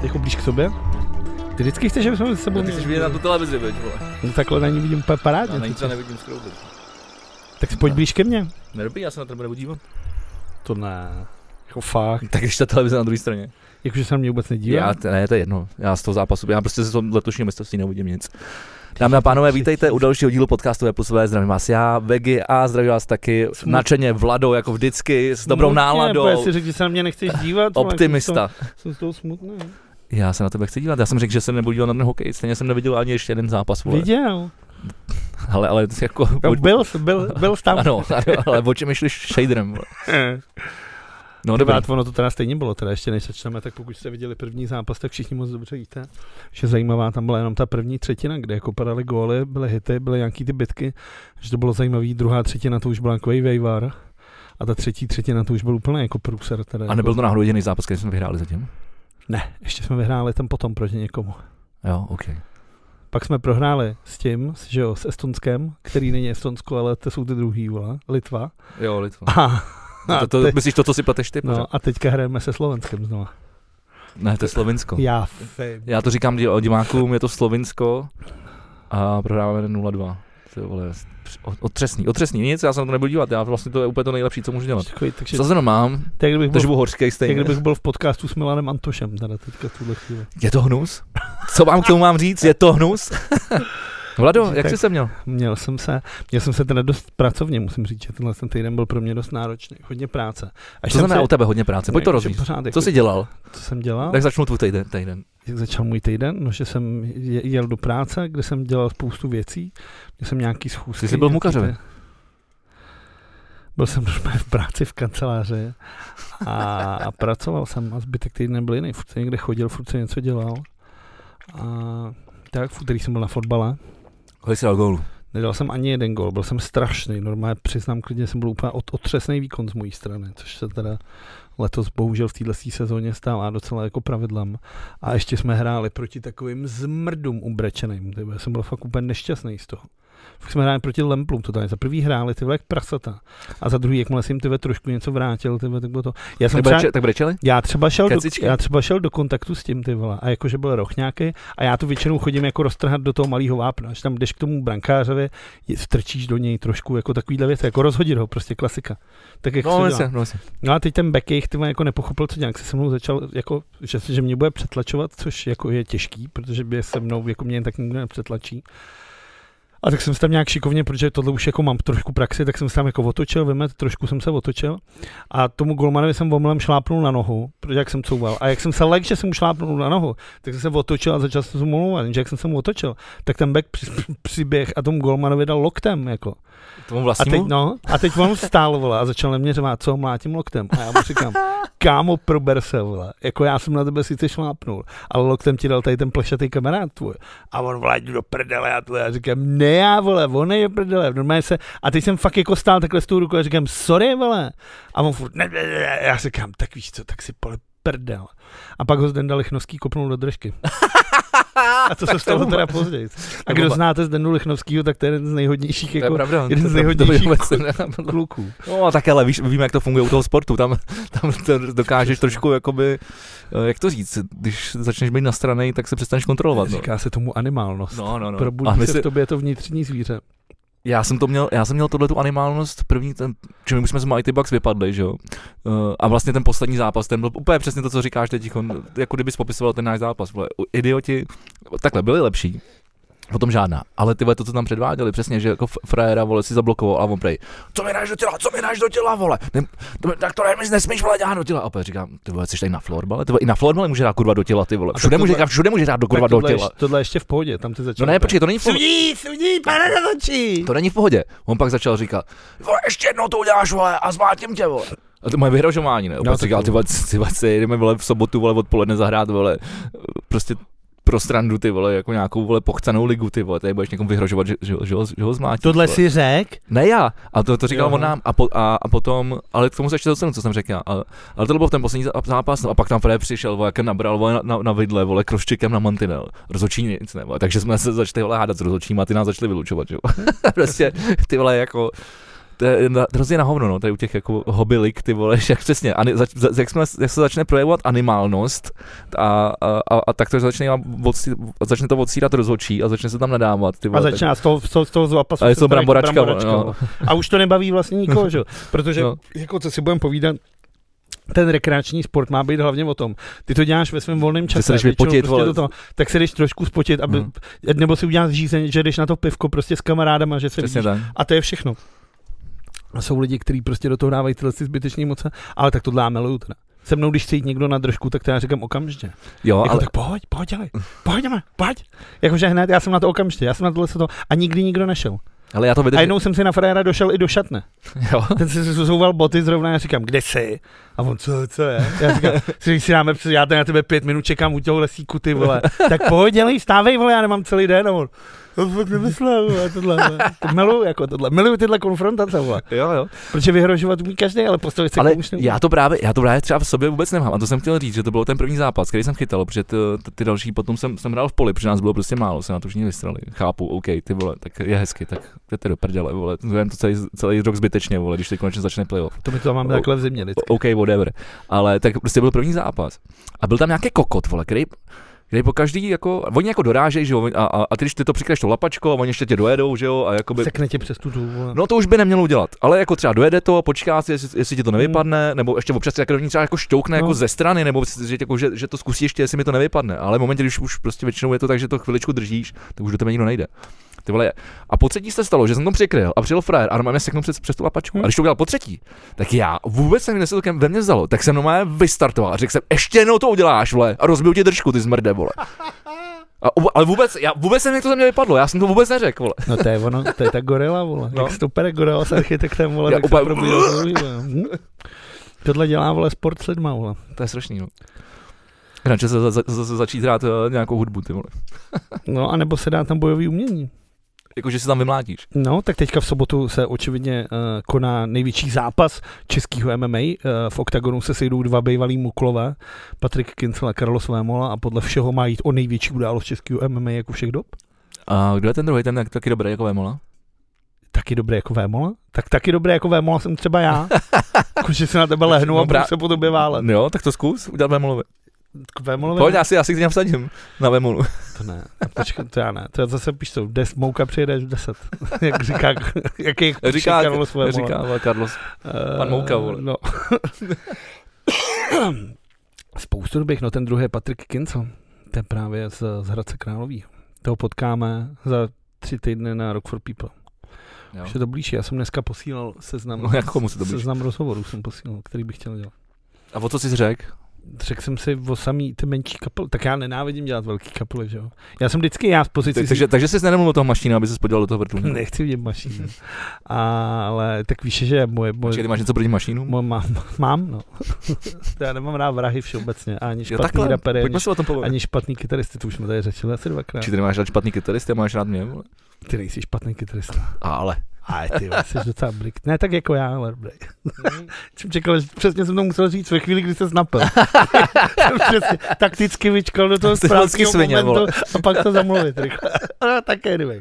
jako blíž k sobě. Ty vždycky chceš, aby jsme se sebou... Ty chceš vidět na tu televizi, veď, vole. No takhle na ní vidím parádně. Já na ní třeba nevidím skoro vůbec. Tak si pojď blíž ke mně. Nerobí, já se na to nebudu dívat. To ne. Jako fakt. Tak když ta televize na druhé straně. Jakože se na mě vůbec nedívá? Ne, to je jedno. Já z toho zápasu, já prostě z toho letošního mistrovství neuvidím nic. Dámy a pánové, vítejte u dalšího dílu podcastu Plus. Zdravím vás já, Vegy, a zdravím vás taky nadšeně Vlado, jako vždycky, s dobrou náladou. Já si řekl, že se na mě nechceš dívat. Optimista. Jsem z toho smutný. Já se na tebe chci dívat, já jsem řekl, že se nebudu dívat na ten hokej, stejně jsem neviděl ani ještě jeden zápas. Vole. Viděl. Ale jako... No, byl tam. Ano, ale o čem myšliš shaderem? No dobrý. Ono to teda stejně bylo, teda ještě než začneme, tak pokud jste viděli první zápas, tak všichni moc dobře víte, že zajímavá tam byla jenom ta první třetina, kde jako padaly góly, byly hity, byly nějaký ty bitky, že to bylo zajímavý, druhá třetina to už byla takový vejvar a ta třetí třetina to už byl úplně jako průser. Teda a nebyl to náhodou jediný zápas, který jsme vyhráli zatím? Ne, ještě jsme vyhráli tam potom proti někomu. Jo, ok. Pak jsme prohráli s tím, že jo, s Estonskem, který není Estonsko, ale to jsou ty druhý, vole, Litva. Jo, Litva. Myslíš to, co si plateš ty? No a teďka hrajeme se Slovenskem znova. Ne, to je Slovinsko. Já to říkám divákům, je to Slovinsko a prohráváme 0-2. To je, vole, otřesný, nic, já se na to nebudu dívat, já vlastně to je úplně to nejlepší, co můžu dělat. Zase mám, takže budu hořkej stejně. Tak kdybych byl v podcastu s Milanem Antošem, teda teďka v tuhle chvíli. Je to hnus? Co vám k tomu mám říct, je to hnus? Vlado, jak jsi se měl? Měl jsem se teda dost pracovně, musím říct, že tenhle týden byl pro mě dost náročný, hodně práce. Co znamená o tebe hodně práce? Pojď to rozvíjet. Co jsi dělal? Co jsem dělal? Tak začnu tvůj týden. Jak začal můj týden? No, že jsem jel do práce, kde jsem dělal spoustu věcí, měl jsem nějaký schůzky. Jsi byl v Mukařově? Byl jsem v práci v kanceláři a pracoval jsem a zbytek týdne byl jiný. Furt jsem někde chodil, furt jsem něco dělal. A tak v úterý jsem byl na fotbale. Kolik jsi dal gólu? Nedal jsem ani jeden gól, byl jsem strašný, normálně přiznám klidně, jsem byl úplně otřesný výkon z mojí strany, což se teda letos bohužel v této sezóně stává docela jako pravidlem. A ještě jsme hráli proti takovým zmrdům ubrečeným, já jsem byl fakt úplně nešťastný z toho. Fakt jsme hráli proti Lemplům, to tady za prvý hráli ty jak prasata a za druhý, jakmile jsem jim trošku něco vrátil, tak bylo to. Tak brečeli? Já třeba šel do kontaktu s tím, ty vole, a jakože byl roh nějaký a já tu většinou chodím jako roztrhat do toho malého vápna, až tam jdeš k tomu brankářovi, vtrčíš do něj trošku jako takovýhle věc, jako rozhodit ho, prostě klasika. Tak jak no a teď ten back jich jako nepochopil, co nějak se mnou začal jako že mě bude přetlačovat, což jako je těžký, protože by se mnou jako mě tak nikdo nepřetlačí. A tak jsem se tam nějak šikovně, protože tohle už jako mám trošku praxi, tak jsem se tam jako otočil, trošku jsem se otočil a tomu golmanovi jsem omylem šlápnul na nohu, protože jak jsem couval. A jak jsem se lekl, že jsem mu šlápnul na nohu, tak jsem se otočil a začal jsem se mu omlouvat, že jak jsem se mu otočil, tak ten back přiběh a tomu golmanovi dal loktem, jako. Tomu vlastnímu? A teď on vstál, vole, a začal na mě řvát, co mlátím loktem. A já mu říkám, kámo, prober se, vole. Jako já jsem na tebe sice šlápnul, ale loktem ti dal tady ten plešatý kamarád tvůj. A on, vole, jdu do prdele, a já říkám, ne já, vole, on je do prdele. Normálně se, a teď jsem fakt jako stál takhle s tou rukou a říkám, sorry, vole. A on furt, ne, já říkám, tak víš co, tak si pole prdel. A pak ho Zdenda Lichnovský kopnul do držky. A to se stalo teda později. A kdo znáte Zdendu Lichnovskýho, tak to je jeden z nejhodnějších, jako, jeden z nejhodnějších kluků. No tak ale víme, jak to funguje u toho sportu, tam dokážeš trošku, jakoby, jak to říct, když začneš být nastranej, tak se přestaneš kontrolovat. Říká se tomu animálnost. No. Probudí se v tobě to vnitřní zvíře. Já jsem měl tohletu animálnost první, čím my jsme z Mighty Bucks vypadli, že jo. A vlastně ten poslední zápas, ten byl úplně přesně to, co říkáš teď, jako kdybys popisoval ten náš zápas. Vole. Idioti, takhle, byli lepší, o tom žádná, ale ty vole, to, co tam předváděli, přesně, že jako frajera, vole, si zablokoval a on prej, co mi dáš do těla, vole, tak to nesmíš, vole, dělat do těla. A opět říkám, ty vole, jsi tady na florbale, ty vole, i na florbale může dát kurva do těla, ty vole, všude může dát do kurva do těla. Tohle ještě v pohodě, tam ty začal. No ne, počkej, to není v pohodě. Sudí, pane zatočí. To není v pohodě. On pak začal říkat, vole, ještě jednou to uděláš, vole, a zmátím tě, vole. A to moje vyhrožování, ne? Opět říkal, ty vole, jdeme, vole, v sobotu, vole, odpoledne zahrát, vole, prostě pro strandu, ty vole, jako nějakou, vole, pochcanou ligu, ty vole, tady budeš někomu vyhrožovat, že ho zmátíš. Tohle vole. Si řek? Ne já, a to říkal on nám a potom, ale k tomu se ještě docenu, co jsem řekl, ale to byl ten poslední zápas, a pak tam Fred přišel, vole, jak nabral, vole, na vidle, vole, kroščikem na mantinel, rozhodčí nic, ne, vole, takže jsme se začali, vole, hádat s rozhodčím a ty nás začali vylučovat, že jo. Prostě, ty vole, jako, to je hrozně na hovno, no, tady u těch jako hobbylik, ty vole, jak přesně, jak se začne projevovat animálnost a tak to začne to odsírat rozhodčí a začne se tam nadávat, ty vole. A začíná z toho zápasu. A je to bramboračka, no. A už to nebaví vlastně nikoho, že? Protože, jako co si budeme povídat, ten rekreační sport má být hlavně o tom. Ty to děláš ve svém volném čase, vypotit, prostě tak se jdeš trošku spotit, aby, nebo si uděláš žízeň, že jdeš na to pivko prostě s kamarádama, že se vidíš. A to je všechno. A jsou lidi, kteří prostě do toho dávají tyhle zbytečné moce, ale tak tohle já miluju teda. Se mnou, když chce jít někdo na držku, tak to já říkám okamžitě. Jo, jako, ale... tak pojď. Jakože hned, já jsem na to okamžitě, já jsem na tohle to a nikdy nikdo nešel. Ale já to a jednou jsem si na fréra došel i do šatny. Jo. Ten si zouval boty zrovna, já říkám, kde jsi? A on, co je? Já říkám, si dáme, já na tebe 5 minut čekám u toho lesíku, ty vole. Tak pojď, dělej, stávej, vole, já nemám celý den. A on, to fakt nemyslel, tohle. Miluju jako tohle, miluju tyhle konfrontace, vole. Jo. Protože vyhrožovat umí každý, ale postavit se ale k tomu. já to právě třeba v sobě vůbec nemám. A to jsem chtěl říct, že to byl ten první zápas, který jsem chytal, protože ty další potom jsem hrál v poli, protože nás bylo prostě málo, se na to všichni vystrali. Chápu, OK, ty vole, tak je hezky, tak jděte do prdele, vole. Jdem to celý rok zbytečně, vole, když teď konečně začne playoff. To my to máme takhle v zimě vždycky. OK, whatever. Ale tak prostě byl první zápas. A byl tam nějaký kokot, vole, který po každý jako, oni jako dorážejí, že jo, a ty, když ty to přikraješ to lapačko a oni ještě tě dojedou, že jo, a jakoby... Sekne tě přes tu důvod. No to už by nemělo udělat, ale jako třeba dojede to, počká si, jestli ti to nevypadne, nebo ještě občas jako třeba jako šťoukne jako ze strany, nebo že to zkusí ještě, jestli mi to nevypadne, ale v momentě, když už prostě většinou je to tak, že to chviličku držíš, tak už do tebe nikdo nejde. Ty vole, a po třetí se stalo, že jsem to přikryl a přijel frajer a normálně seknul přes tu lapačku. A když to udělal po třetí, tak já vůbec nevím, jestli to ve mně vzalo, tak jsem normálně vystartoval a řekl jsem, ještě jednou to uděláš, vole, a rozbiju ti držku, ty zmrde, vole. Ale vůbec nevím, jak to ze mě vypadlo, já jsem to vůbec neřekl, vole. No to je ono, to je ta gorila, vole. No. Jak stopere gorila s architektem, vole, tak se probíjel. Tohle dělá, vole, sport s lidma, vole. To je strašný, no. Radši se začít hrát nějakou hudbu, ty vole. No, anebo se dá tam bojový umění. Jakože si tam vymlátíš. No, tak teďka v sobotu se očividně koná největší zápas českého MMA. V oktagonu se sejdou dva bývalí muklové, Patrik Kincel a Carlos Vémola, a podle všeho má jít o největší událost českého MMA jako všech dob. A kdo je ten druhý, ten taky dobrý jako Vémola? Taky dobrý jako Vémola? Tak taky dobrý jako Vémola jsem třeba já. Jakože se na tebe lehnu a budu se po tobě válet. Jo, tak to zkus, udělat Vémolovi. Vémolovi? Pojď, já si k něm vsadím na Vémolu. To ne, počkej, to já ne. To zase píš to, Mouka přijede v 10. Jak říká, jaký říká Carlos Vémola. Říká Carlos, pan Mouka, vole. No. Spoustu dobých, no ten druhý je Patrik Kincel. To je právě z Hradce Králový. Toho potkáme za 3 týdny na Rock for People. Jo. Už je to blížší, já jsem dneska posílal seznam, seznam rozhovorů jsem posílal, který bych chtěl dělat. A o co jsi řekl? Řekl jsem si o samý ty menší kapely, tak já nenávidím dělat velký kapely, že jo. Já jsem vždycky v pozici... Takže jsi nemluvil o toho mašínu, aby se podíval do toho vrtulu. Nechci vidět mašínu. Ale tak víš, že moje... Počkej, ty máš něco proti mašínu? Mám, no. Já nemám rád vrahy všeobecně, ani špatný rapery, ani špatný kytaristy, to už jsme tady řečili asi 2krát. Či ty nemáš rád špatný kytaristy a máš rád mě, vole? Ty nejsi špatný kytarista. Ale ty jsi docela blik. Ne tak jako já, ale dobrý. Jsem čekal, že přesně jsem to musel říct ve chvíli, kdy se napil. Jsem přesně takticky vyčkal do toho správného momentu a pak to zamluvit rychle. No, tak anyway.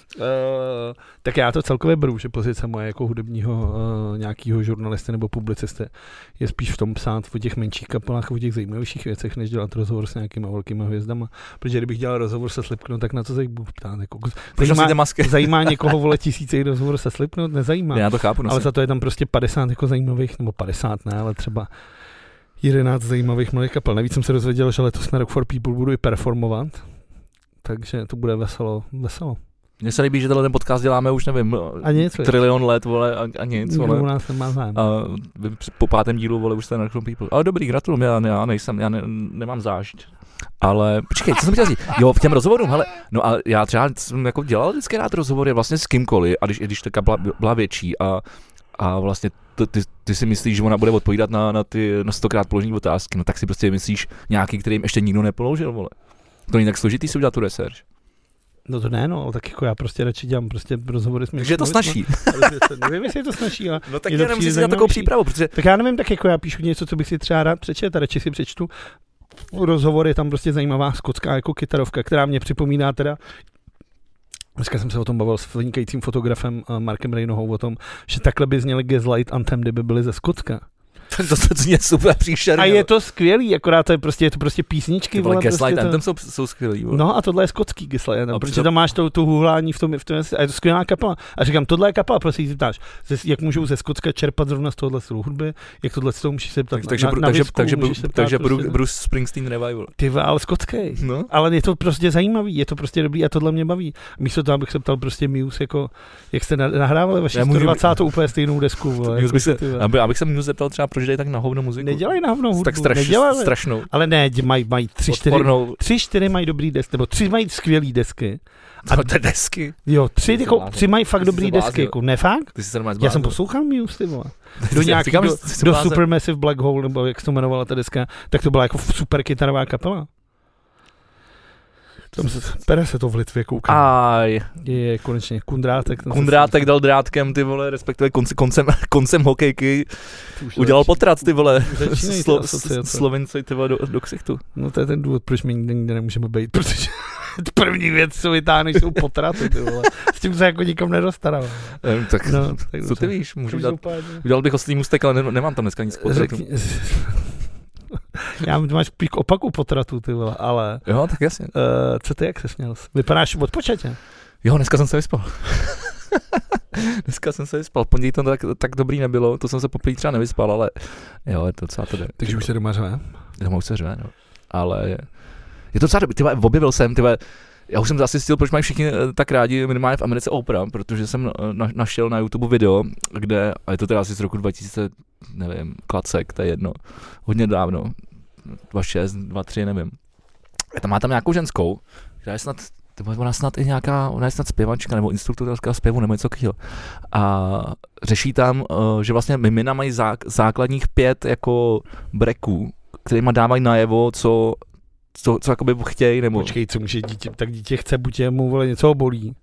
Tak já to celkově beru, že pozice moje jako hudebního nějakého žurnalisty nebo publicisty je spíš v tom psát o těch menších kapelách a o těch zajímavějších věcech, než dělat rozhovor s nějakýma velkýma hvězdama. Protože kdybych dělal rozhovor se Slipknot, tak na to se budu ptát. Jako, zajímá někoho, vole, tisíce rozhovor se Slipknot? Nezajímá. Já to chápu. Ale za to je tam prostě 50 jako zajímavých, nebo 50 ne, ale třeba 11 zajímavých mladých kapel. Navíc jsem se dozvěděl, že letos na Rock for People budu i performovat, takže to bude veselo. Mně se líbí, že tenhle ten podcast děláme už, nevím, trilion let, vole, a nic, vole. U nás nemá zájem. A po 5. dílu, vole, už jste na Rock for People. Ale dobrý, gratuluju, já nemám zášť. Ale počkej, co jsem chtěl říct? Jo, v těm rozhovorům, hele, no a já třeba jsem jako dělal vždycky rád rozhovory vlastně s kýmkoliv, a když ta byla větší a vlastně ty si myslíš, že ona bude odpovídat na ty 100krát položené otázky, no tak si prostě myslíš nějaký, který jim ještě nikdo nepoložil, vole. To není tak složitý si udělat tu research. No to ne, no, ale tak jako já prostě radši dělám prostě rozhovory s mě. Takže je to snaží. Nevím, jestli je to snaží, ale no tak já nemusím si dělat takovou přípravu, protože... Tak já nevím, tak jako já píšu něco, co bych si třeba rád přečet, a radši si přečtu rozhovor, je tam prostě zajímavá skotská jako kytarovka, která mě připomíná teda Dneska jsem se o tom bavil s vynikajícím fotografem Markem Reynohou o tom, že takhle by zněly Gaslight Anthem, kdyby byly ze Skotska. To zní super příšerně. A je to skvělý, akorát to je prostě písničky. Ty vole, Gaslight prostě Anthem jsou skvělý. Vole. No a tohle je skotský Gaslight Anthem, protože tam máš tu huhlání v tom a je to skvělá kapela. A říkám, tohle je kapela, prostě si ptáš, jak můžou ze Skotska čerpat zrovna z tohohle stylu hudby, jak tohle z toho musíš se ptat takže Bruce Springsteen Revival. Ty ale skotský. No. Ale je to prostě zajímavý, je to prostě dobrý a tohle mě baví. Místo toho, abych se ptal prostě Muse, jako, jak jste nahrávali vaši 120. úplně stejnou desku. Vole, abych se Muse zeptal třeba, proč dají tak na hovno muziku. Nedělají na hovno hudbu. Tak strašnou. Ale ne, mají 3-4 mají dobrý desky, nebo 3 mají skvělý desky. A to desky? Jo, 3 mají fakt dobrý desky, jako ne fakt? Já jsem poslouchal Muse, ty vole. Do Supermassive Black Hole, nebo jak se to jmenovala ta deska, tak to byla jako super kytarová kapela. Pere se to v Litvě, koukám. Je konečně Kundrátek dal drátkem, ty vole, respektive koncem hokejky. Udělal potrat, ty vole. Slovenci, ty vole, do ksichtu. No to je ten důvod, proč my nikde nemůžeme být, protože první věc, co vytáhneš, jsou potraty, ty vole. S tím se jako nikam nedostarám. Tak co ty víš, udělal bych oslý můstek, ale nemám tam dneska nic potratu. Já máš k opaku potratu, ty vole, ale... Jo, tak jasně. Co ty, jak se směl? Vypadáš odpočatě? Jo, dneska jsem se vyspal. Pondělí to tak dobrý nebylo, to jsem se poprvé třeba nevyspal, ale jo, je to docela to jde. Takže už se doma řve? Doma už se řve, no. Ale je to docela dobrý, tyhle, objevil jsem, já už jsem zasistil, proč mají všichni tak rádi minimálně v Americe Oprah, protože jsem našel na YouTube video, kde, a je to teda asi z roku 2000, nevím, klacek, to je jedno, hodně dávno, 2006, 2003, nevím. A tam má tam nějakou ženskou, která je snad, ona je snad zpěvačka nebo instruktorka zpěvu nebo něco takového. A řeší tam, že vlastně mimina mají základních 5 jako breaků, kterýma dávají najevo, co jakoby chtějí, nebo... Počkej, co může dítě, tak dítě chce, buď mu, vole, něco ho bolí.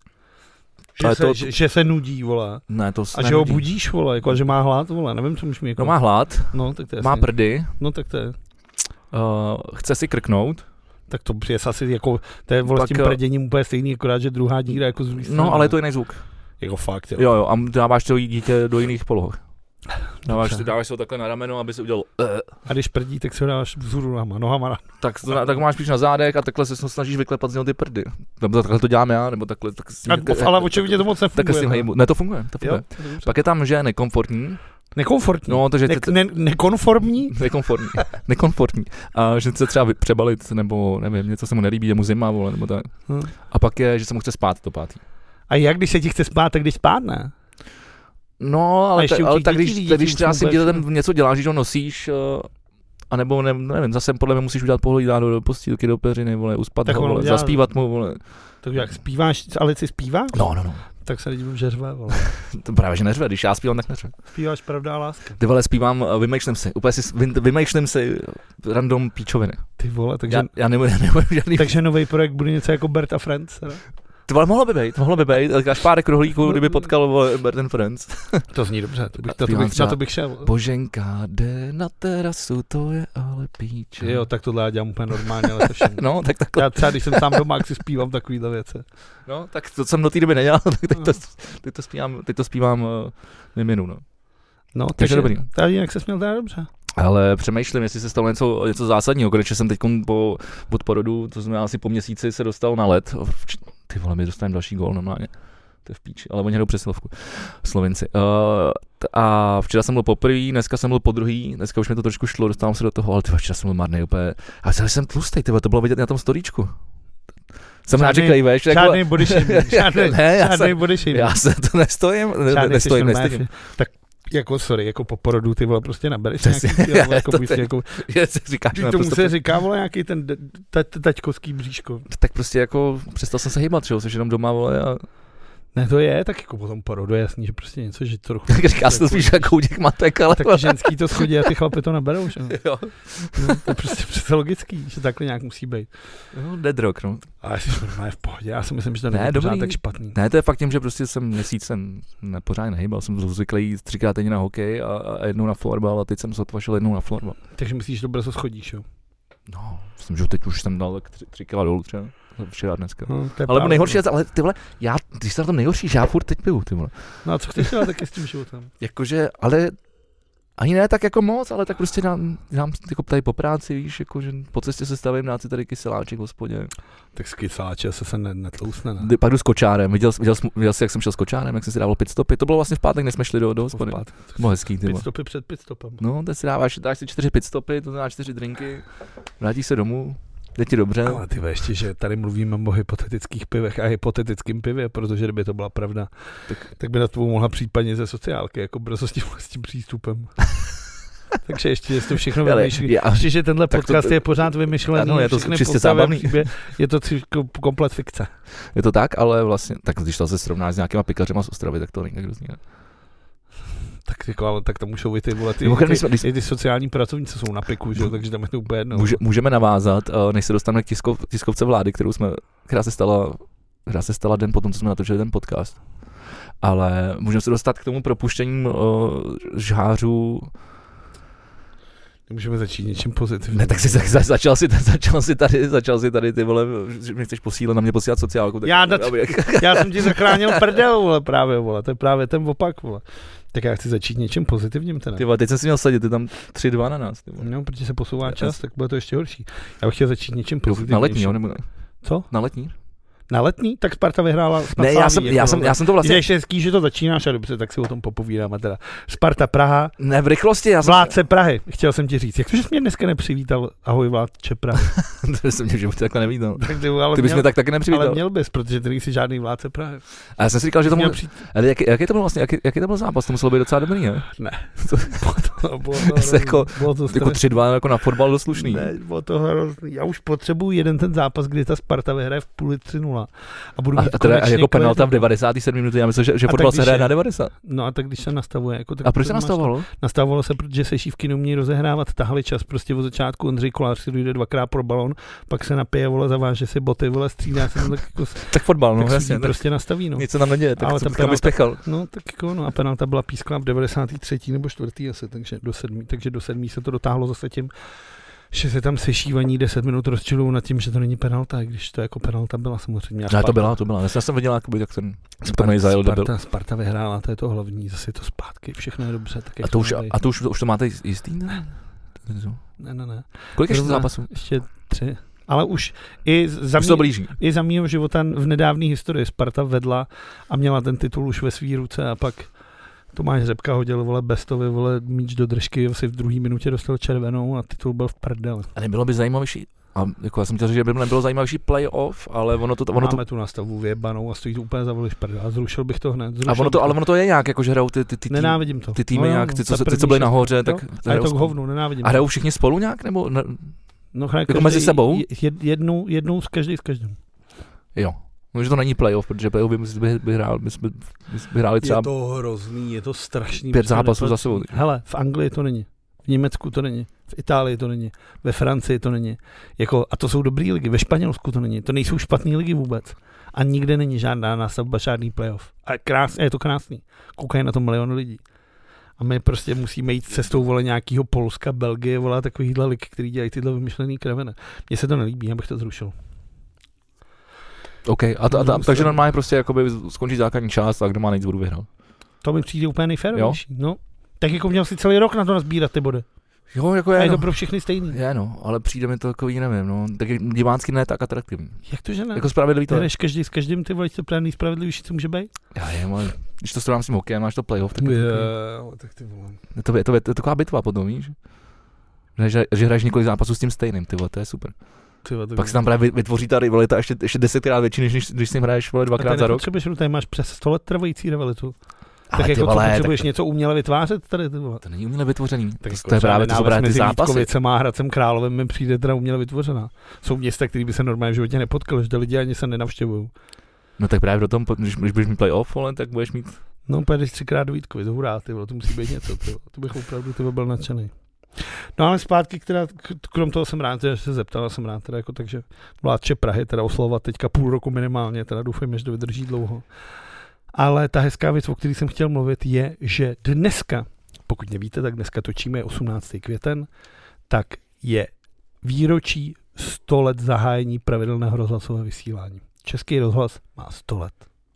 Že se nudí, vole. Ne, to a že ho budíš, vole, jako, že má hlad, vole, nevím, co můžeš mi jako... No má hlad, no, tak to je má prdy. No tak to je. Chce si krknout. Tak to je asi jako, to je vole s tím prděním úplně stejný, akorát, že druhá díra jako z druhé strany. No, ale je to jiný zvuk. Jako fakt, jo. Jo, a dáváš to dítě do jiných poloh. Dáváš se ho takhle na rameno, aby se udělal A když prdí, tak se ho dáš vzhůru nohama. Tak máš spíš na zádech a takhle se snažíš vyklepat z něho ty prdy. Nebo takhle to dělám já, nebo takhle. Ale očividně to moc nefunguje. Ne, to funguje. Jo, pak je tam, že je nekomfortní. Nekomfortní? No, takže nekonformní? Nekomfortní. A že chce třeba přebalit, nebo nevím, něco se mu nelíbí, je mu zima, vole, nebo tak. A pak je, že se mu chce spát to pátý. A jak když se ti chce spát, tak když spát, ne? No, ale tak když třeba si dětem něco děláš, když ho nosíš, anebo nevím, zase podle mě musíš udělat pohlídání do postýlky, do peřiny, vole, uspat ho, vole, zaspívat mu, vole. Tak jak zpíváš, ale ty zpíváš? No. Tak se lidi že řve, vole. To právě, že neřve, když já zpívám, tak neřve. Zpíváš Pravda a láska. Ty vole, zpívám, vymýšlím si random píčoviny. Ty vole, takže... Já nemůžu žádný... Takže nový projekt bude něco jako Bert a Friends, ne? To mohlo by být, Kašpárek Rohlíků, kdyby potkal Bert and Friends. To zní dobře, to bych šel. Boženka jde na terasu, to je ale píče. Jo, tak tohle já dělám úplně normálně, ale se všem. No, tak takhle. Já třeba, když jsem sám doma, si zpívám takovýhle věci. No, tak to jsem do té doby nedělal, tak teď to zpívám miminu, no. No, takže dobrý. Tady jak se směl, dobře. Ale přemýšlím, jestli se stalo něco zásadního, konečně jsem teď od porodu, to znamená asi po měsíci se dostal na led. Ty vole, my dostaneme další gól normálně. To je v píči, ale oni jdou přesilovku. Slovenci. A včera jsem byl poprvý, dneska jsem byl podruhý, dneska už mi to trošku šlo, dostávám se do toho, ale včera jsem byl marný úplně. A celý jsem tlustej, to bylo vidět na tom storíčku. Jsem rád, že klejveš. Žádný body shaming. Žádný body shaming. Já se to nestojím. Tak jako sorry, jako po porodu ty vole prostě nabereš nějaký jako říkáš, tomu se říká vole nějaký ten taťkovský bříško. Tak prostě jako přestal jsem se hýbat, že jo, jsi jenom doma vole a... Ne, to je, tak jako po tom porodu je jasný, že prostě něco, že to trochu... Tak říká se to spíš jako u těch matek, ale... Taky ženský to schodí a ty chlapy to naberou, že jo. No, to je prostě přece logický, že takhle nějak musí být. No, dead rock, no. Ale jsi normálně v pohodě, já si myslím, že to není pořád tak špatný. Ne, to je fakt tím, že prostě jsem měsíc pořád nehýbal, jsem zvyklý jít 3krát denně na hokej a jednou na florbal a teď jsem sotvašil jednou na florbal. Takže myslíš, že to brzo schodíš, jo? No, myslím, že teď už jsem dal tak 3 kg dolů třeba. včera dneska. No, ale nejhorší, ale ty vole, když jsem na tom nejhorší, že já furt teď piju, ty vole. No a co chceš dělat taky s tím životem? Jakože, ale ani ne tak jako moc, ale tak prostě dám jako tady po práci, víš, jako, že po cestě se stavím, dát si tady kyseláček v hospodě. Tak z kyseláče se netlousne, ne? Pak jdu s kočárem, viděl jsi, jak jsem šel s kočárem, jak jsem si dával pitstopy, to bylo vlastně v pátek, než jsme šli do hospody. To bylo hezký, ty vole. Pitstopy před pitstopem. No, teď si dáš si 4 pitstopy, to znamená 4 drinky, vrátíš se domů. Jde ti dobře. Ale ty ještě, že tady mluvíme o hypotetických pivech a hypotetickým pivě, protože kdyby to byla pravda, tak by na tvou mohla případně ze sociálky, jako brzo s tím přístupem. Takže ještě to všechno vymýšlí. Ještě, že tenhle podcast je pořád vymyšlený, ano, je to čistě zábavný. Je to komplet fikce. Je to tak, ale vlastně, tak když to se srovnáš s nějakýma pikařema z Ostravy, tak to není tak hrozně. Tak jako, ale tak to můžou i ty sociální pracovníci jsou na piku, že? Takže tam je to úplně jedno. Můžeme navázat, než se dostaneme k tiskovce vlády, která se stala den potom, co jsme natočili ten podcast. Ale můžeme se dostat k tomu propuštění žhářů. Můžeme začít něčím pozitivním. Ne, tak si začal si tady ty vole, že mě chceš posílat, na mě posílat sociálku. Tak já jsem ti zachránil prdel, vole, právě, vole, to je právě ten opak, vole. Tak já chci začít něčím pozitivním teda. Ty vole, teď jsem si měl sadit, ty tam 3-2 na nás, ty vole. No, protože se posouvá čas, tak bude to ještě horší. Já bych chtěl začít něčím pozitivním. Na letní, jo, nebo ne? Co? Na letní? Na letní? Tak Sparta vyhrála. Ne, já jsem to vlastně... Je hezký, že to začínáš a dobře, tak si o tom popovídáme teda. Sparta Praha. Ne, v rychlosti. Vládce Prahy, chtěl jsem ti říct. Jak to, že jsi mě dneska nepřivítal? Ahoj, vládce Prahy. To jsem mě, že bych tě takhle nevítal. Tak ty bys mě tak taky nepřivítal. Ale měl bys, protože ty nejsi žádný vládce Prahy. A já jsem si říkal, že to mohl... Ale jaký to byl vlastně, jaký to byl zápas? To muselo být docela dobrý, ne? Ne. Bylo to 3-2 jako na fotbal dost slušný. Ne, bylo to hrozný. Já už potřebuji jeden ten zápas, kdy ta Sparta vyhraje v půli 3-0. A teda jako penalta v 97 minutě, já myslím, že fotbal se hraje na 90. No a tak když se nastavuje. Jako, tak a proč se nastavovalo? Nastavovalo se, protože sešívky neumějí rozehrávat, tahali čas prostě od začátku, Ondřej Kolář si dojde 2krát pro balón, pak se napije, vole, zaváže si boty, vole, střídá se tak jako... Tak fotbal, no, jasně. Prostě nastaví, no. Nic se tam neděje, tak ale kam bys pěchal. No, tak jako, no a penalta byla písklá v 93. nebo 4. asi, takže do 7. se to dotáhlo zase tím, že se tam sešívaní 10 minut rozčilují nad tím, že to není penalta, když to jako penalta byla samozřejmě. Ne, to byla. Já jsem viděl, jakoby, jak ten zajel debil. Sparta vyhrála, to je to hlavní, zase je to zpátky, všechno je dobře. Tak a to už to máte jistý, ne? Ne. Kolik ještě zápasů? Ještě 3. Ale už i za mýho života v nedávné historii Sparta vedla a měla ten titul už ve svý ruce a pak Tomáš Řepka hodil, vole, Bestovi, vole, míč do držky, asi v 2. minutě dostal červenou a titul byl v prdele. A nebylo by zajímavější, a jako já jsem chtěl říct, že by nebylo zajímavější playoff, ale ono to... Máme tu nastavu vyjebanou a stojí to úplně za voliš prdele a zrušil bych to hned. Ale ono to je nějak, jako že hrajou ty nenávidím to. Ty týmy nějak, ty, co byly nahoře, tak... A je to k hovnu, nenávidím. A hrajou všichni spolu nějak, nebo... No hraje jako mezi sebou? Jednou s každým. Jo. No, že to není playoff, protože playoff by hráli třeba... Je to hrozný, je to strašný. 5 zápasů za sebou. Hele, v Anglii to není, v Německu to není, v Itálii to není, ve Francii to není. Jako, a to jsou dobrý ligy, ve Španělsku to není, to nejsou špatný ligy vůbec. A nikde není žádná nástavba, žádný playoff. A je to krásný. Koukají na to miliony lidí. A my prostě musíme jít cestou, vole, nějakýho Polska, Belgie, vole, takovýhle lig, který dělají tyhle vymyšlený kravene. Mně se to nelíbí, abych to zrušil. OK, takže normálně prostě jakoby skončí základní část a kdo má nejvíc bodů vyhrál. To mi přijde úplně nejférovější. No, tak jako měl si celý rok na to nazbírat ty body. Jo, jako je to pro všechny stejný. Je, no, ale přijde mi to takový, nevím, no, tak divácky ne tak atraktivní. Jak to, že ne? Jako spravedlivý to. Jdeš s každým, ty vole, to právě nejspravedlivější, co může být? Já je, ale když to srovnám s tím hokejem, máš to playoff, tak tak ty vole. To je taková bitva potom, víš? Že hraješ několik zápasů s tím stejným, ty vole, to je super. Pak se tam právě vytvoří ta rivalita ještě 10krát větší, než když s ním hraješ, vole, 2krát za rok. Tady máš přes 100 let trvající rivalitu. Ale tak jako vole, co potřebuješ něco uměle vytvářet tady, ty vole. To není uměle vytvořený. Tak to je právě to, co právě ty zápasy. Vítkovicem a Hradcem Královem mi přijde teda uměle vytvořená. Jsou města, které by se normálně v životě nepotkali, že lidi ani se nenavštěvují. No tak právě do tom, když budeš mít playoff, tak budeš mít... No pojedeš 3krát do Vítkovic, hurá, ty vole, to musí být něco, ty vole. To bych opravdu byl nadšený. No ale zpátky, krom toho jsem rád, že se zeptal, jsem rád, teda jako, takže vládče Prahy teda oslovovat teďka půl roku minimálně, teda doufám, že to vydrží dlouho. Ale ta hezká věc, o které jsem chtěl mluvit, je, že dneska, pokud nevíte, tak dneska točíme 18. květen, tak je výročí 100 let zahájení pravidelného rozhlasového vysílání. Český rozhlas má 100 let.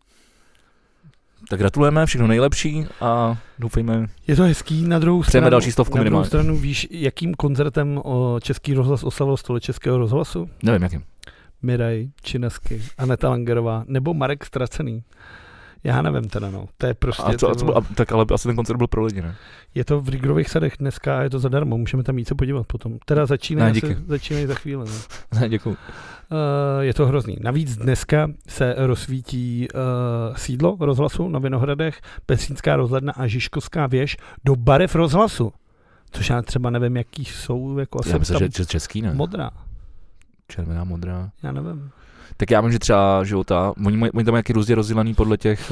Tak gratulujeme, všechno nejlepší a doufejme. Je to hezký, na druhou další stovku na druhou stranu víš, jakým koncertem Český rozhlas oslavil 100 let Českého rozhlasu? Nevím, jakým. Miraj, Činesky, Aneta Langerová nebo Marek Stracený. Já nevím teda, no. To je prostě... Tak ale asi ten koncert byl pro lidi, ne? Je to v Rigrových sadech dneska a je to zadarmo, můžeme tam jít se podívat potom. Teda začínají za chvíli. Ne, děkuju. Je to hrozný. Navíc dneska se rozsvítí sídlo rozhlasu na Vinohradech, Pesínská rozhledna a Žižkovská věž do barev rozhlasu. Což já třeba nevím, jaký jsou. Jako já myslím, že český, ne? Modrá. Červená, modrá. Já nevím. Tak já vím, že třeba, že oni tam nějaký různě rozdělaný podle těch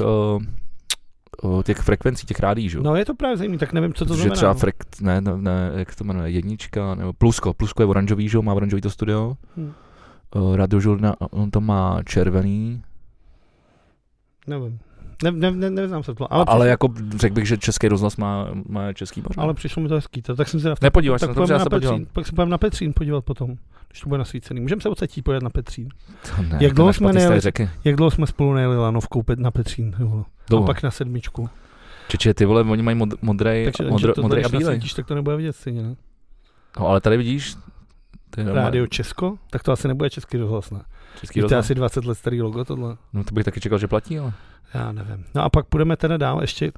frekvencí, těch rádií, že jo? No je to právě zajímavé, tak nevím, co to znamená. Že třeba ne, jak to jmenuje, jednička, nebo Plusko je oranžový, že jo, má oranžový to studio. Radiožurna, on to má červený. Nevím. Neznám se to. Ale jako řekl bych, že Český rozhlas má český možná. Ale přišlo mi to hezký. Tak jsem se nepodíváš se na to, já se podívám. Pak se půjdeme na Petřín podívat potom, když to bude nasvícený. Můžeme se odsaď podívat na Petřín. Ne, jak dlouho jsme spolu nejeli lanovkou na Petřín. A pak na 7. Čiče, ty vole, oni mají modrý a bílej. Tak to nebude vidět stejně, ne? No, ale tady vidíš, Rádio Česko? Tak to asi nebude Český rozhlas, ne? To je asi 20 let starý logo tohle. No to bych taky čekal, že platí, ale... Já nevím. No a pak půjdeme teda dál ještě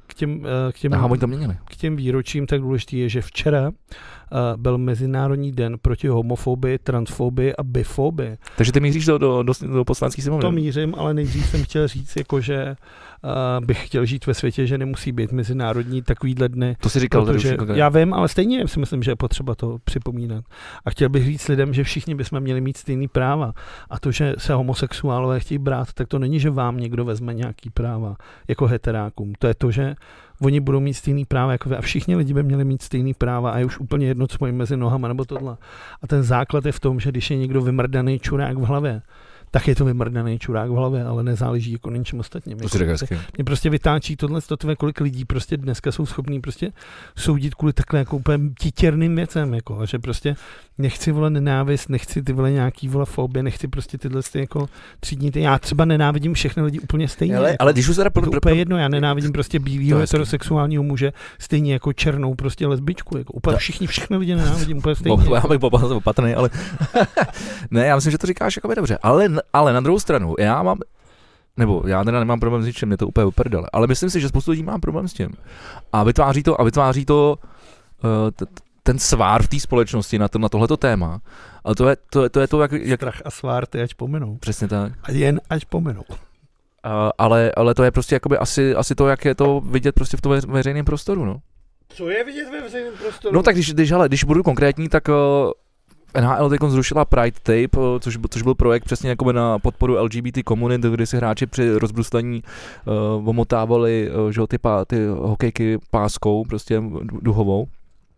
k těm výročím, tak důležitý je, že včera byl Mezinárodní den proti homofobii, transfobii a bifobii. Takže ty míříš do poslanecký sněmovny? To mířím, ale nejdřív jsem chtěl říct, že bych chtěl žít ve světě, že nemusí být mezinárodní takovýhle dny. To si říkal. Protože já vím, ale stejně si myslím, že je potřeba to připomínat. A chtěl bych říct lidem, že všichni bychom měli mít stejný práva. A to, že se homosexuálové chtějí brát, tak to není, že vám někdo vezme nějaký práva jako heterákům. To je to, že oni budou mít stejný práva jako vy a všichni lidi by měli mít stejný práva a je už úplně jedno, co mají mezi nohama nebo tohle. A ten základ je v tom, že když je někdo vymrdaný čurák v hlavě, tak je to vymrdaný čurák v hlavě, ale nezáleží jako na ničem ostatním. Mě prostě vytáčí tohle, kolik lidí prostě dneska jsou schopní prostě soudit kvůli takhle jako úplně titěrným věcem, jako, a že prostě nechci vole nenávist, nechci ty vole nějaký vole fobie, nechci prostě tyhle jako třídní. Já třeba nenávidím všechny lidi úplně stejně. Ale když už teda úplně jedno, já nenávidím prostě bílýho heterosexuálního muže stejně jako černou prostě lesbičku, jako úplně všechny lidi nenávidím úplně stejně. Já bych opatrný, ale ne, já myslím, že to říkáš jako dobře, ale na druhou stranu, já teda nemám problém s ničím, mě to úplně uprdele, ale myslím si, že spoustu lidí má problém s tím. A vytváří to ten svár v té společnosti na tohleto téma. Ale to je to, jak... Strach a svár, ty ať pominou. Přesně tak. A jen ať pominou. Ale to je prostě jakoby asi to, jak je to vidět prostě v tom veřejném prostoru, no. Co je vidět ve veřejném prostoru? No tak když budu konkrétní, tak NHL teď zrušila Pride Tape, což byl projekt přesně jakoby na podporu LGBT komunit, kdy si hráči při rozbruslení omotávali ty hokejky páskou, prostě duhovou.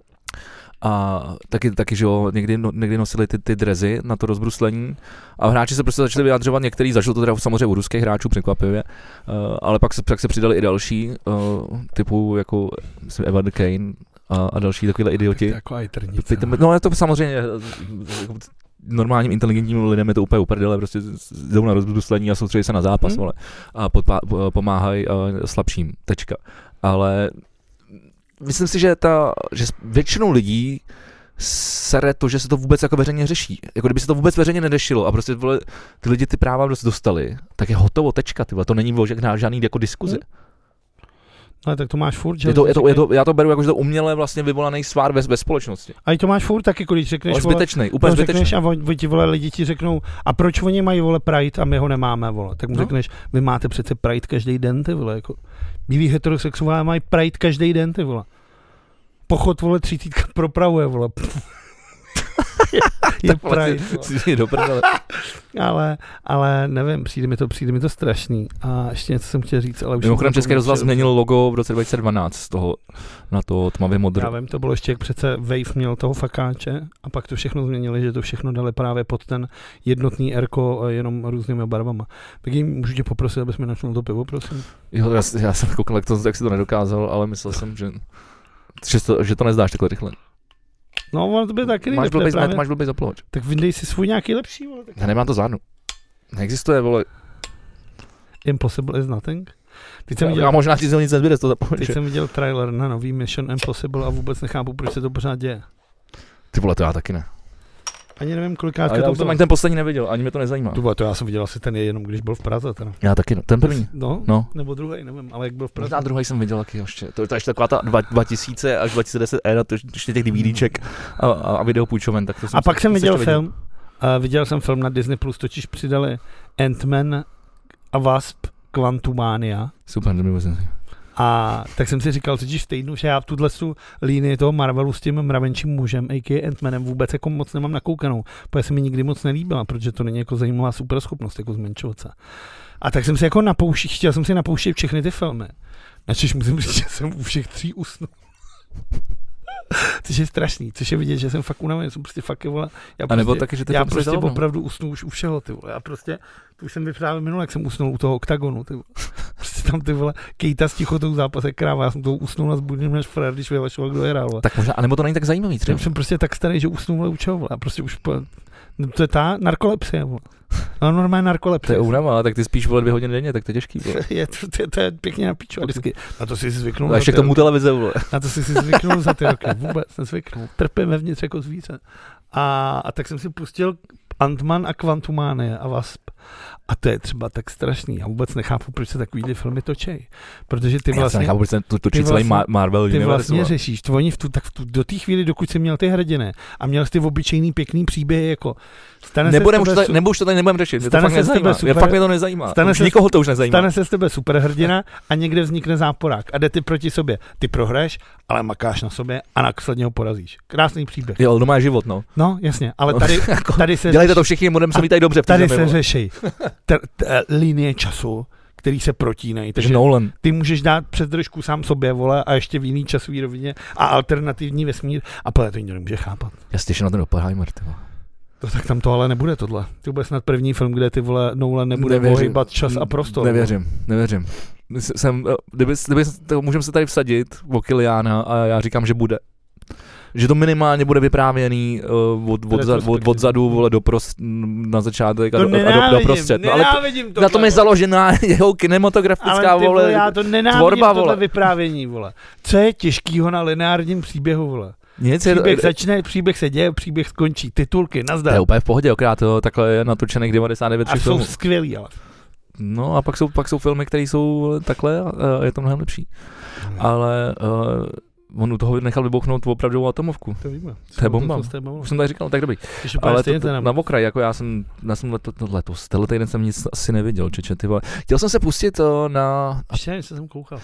A taky že jo, někdy nosili ty drezy na to rozbruslení a hráči se prostě začali vyjadřovat, některý zažil to teda samozřejmě u ruských hráčů překvapivě, ale pak se přidali i další, typu jako myslím Evander Kane a další takovýhle idioti. Jako no je to samozřejmě normálním inteligentním lidem je to úplně uprdele, prostě jdou na rozbruslení a soustředí se na zápas, a pomáhají slabším, tečka. Ale myslím si, že většinou lidí sere to, že se to vůbec jako veřejně řeší. Jako kdyby se to vůbec veřejně neřešilo a prostě ty lidi ty práva prostě dostali, tak je hotovo, tečka, to není žádný jako diskuzi. No tak to máš furt, že? Já to beru jako, že to uměle vlastně vyvolaný svár ve společnosti. A to máš furt taky, když řekneš, úplně zbytečný. A ti vole lidi ti řeknou, a proč oni mají vole Pride a my ho nemáme, vole. Tak mu řekneš, vy máte přece Pride každý den, ty vole, jako. Bílí heterosexuálové mají Pride každý den, ty vole. Pochod, vole, 30 propravuje, vole. je Pride. ale nevím, přijde mi to strašný. A ještě něco jsem chtěl říct, ale už... Mimochodem Český rozhlas změnil logo v roce 2012 na to tmavě modré. Já vím, to bylo ještě, jak přece Wave měl toho fakáče a pak to všechno změnili, že to všechno dali právě pod ten jednotný erko jenom různými barvama. Tak jim můžu tě poprosit, abys mi našel to pivo, prosím? Jo, já jsem koukal, jak si to nedokázal, ale myslel jsem, že to nezdáš takhle rychle. No, ono to by taky Máš nejde, blbý, máš blbý zaplovač. Tak vyndej si svůj nějaký lepší, vole. Já nemám to zvládnu. Neexistuje, vole. Impossible is nothing. Já možná ti z nic nezbyde z toho zaplovače. Teď jsem viděl trailer na nový Mission Impossible a vůbec nechápu, proč se to pořád děje. Ty vole, to já taky ne. Ani nevím, kolikrát to bylo. Ani ten poslední neviděl, ani mě to nezajímá. To já jsem viděl asi ten jenom, když byl v Praze. Teda. Já taky, no. Ten první. No, nebo druhý, nevím, ale jak byl v Praze. A druhý jsem viděl taky ještě. To je ještě taková ta 2000 až 2010 éra, to ještě těch DVDček a videopůjčoven. Tak to jsem a pak jsem viděl film. Viděl jsem film na Disney+, totiž přidali Ant-Man a Wasp Quantumania. Super, to mi vůbec. A tak jsem si říkal, totiž v týdnu, že já v tuhle línii toho Marvelu s tím mravenčím mužem, a.k.a. Ant-Manem, vůbec jako moc nemám nakoukanou, protože se mi nikdy moc nelíbila, protože to není jako zajímavá superschopnost, jako zmenšovat se. A tak jsem si jako chtěl jsem si napouštět všechny ty filmy. Načež musím říct, že jsem u všech 3 usnul. Což je strašný, což je vidět, že jsem fakt unavený, jsem prostě fakt, vole, já prostě opravdu usnu už u všeho, ty vole, já prostě, to už jsem vyprávěl minule, jak jsem usnul u toho Oktagonu, ty vole, prostě tam ty vole, Kejta s tichotou zápase kráva, já jsem toho usnul a zbudil než frér, když vyhlašoval, kdo je hrál, vole. Tak možná, anebo to není tak zajímavý třeba. Já jsem prostě tak starý, že usnul, vole, u čeho, vole, prostě už, to je ta narkolepsie, vole. No, normálně narkolepsie. To je únava, tak ty spíš, vole, 2 hodiny denně, tak to je těžký, vole. to je pěkně na píču, vždycky. Na to si zvyknul. A ještě k tomu televize, vole. Na to si zvyknul za ty roky, vůbec nezvyknul. Trpím vevnitř jako zvíře. A tak jsem si pustil Ant-Man a Quantumania a Wasp. A to je třeba tak strašný. Já vůbec nechápu, proč se takovýhle filmy točí. Protože ty vlastně... Já nechápu, proč se točí celý Marvel. Ty vlastně řešíš. Do té chvíli, dokud jsi měl ty hrdiny a měl jsi ty obyčejný pěkný příběhy, jako... Nebo už to tady nebudem řešit. Mě to fakt nezajímá. Fakt mě to nezajímá. Nikoho to už nezajímá. Stane se z tebe superhrdina a někde vznikne záporák a jde ty proti sobě. Ty prohraješ, ale makáš na sobě a následně ho porazíš. Krásný příběh. Jo, doma je život, no. No, jasně, ale tady se... Dělejte to všichni, budeme se mít tady dobře. Tady se řeší linie času, který se protínají. Takže Nolan. Ty můžeš dát přes držku sám sobě, vole, a ještě v jiný časový rovině a alternativní vesmír a podle to nikdo nemůže chápat. Já se těším na ten Oppenheimer, ty vole. To tak tam to ale nebude tohle. To bude snad první film, kde ty vole Nolan nebude ohýbat čas a prostor. Nevěřím. Můžeme se tady vsadit o Kiliána a já říkám, že bude. Že to minimálně bude vyprávěný od zadu, vole, na začátek a do prostřed. No, ale na tom je založená jeho kinematografická, ale vole, já to nenávidím, tvorba, tohle vyprávění, vole. Co je těžkýho na lineárním příběhu, vole? Příběh se děje, příběh skončí, titulky, nazdar. To je úplně v pohodě, okrát to takhle je natočených 99 filmů. A jsou skvělý, ale. No a pak jsou filmy, které jsou takhle a je to mnohem lepší. Ale on u toho nechal vybouchnout opravdovou atomovku. To víme. To je bomba. Už jsem tady říkal, tak dobrý. Ale na okraj, jako já jsem letos, tenhle týden jsem nic asi neviděl, čeče, ty vole. Chtěl jsem se pustit na... Ještě jsem koukal.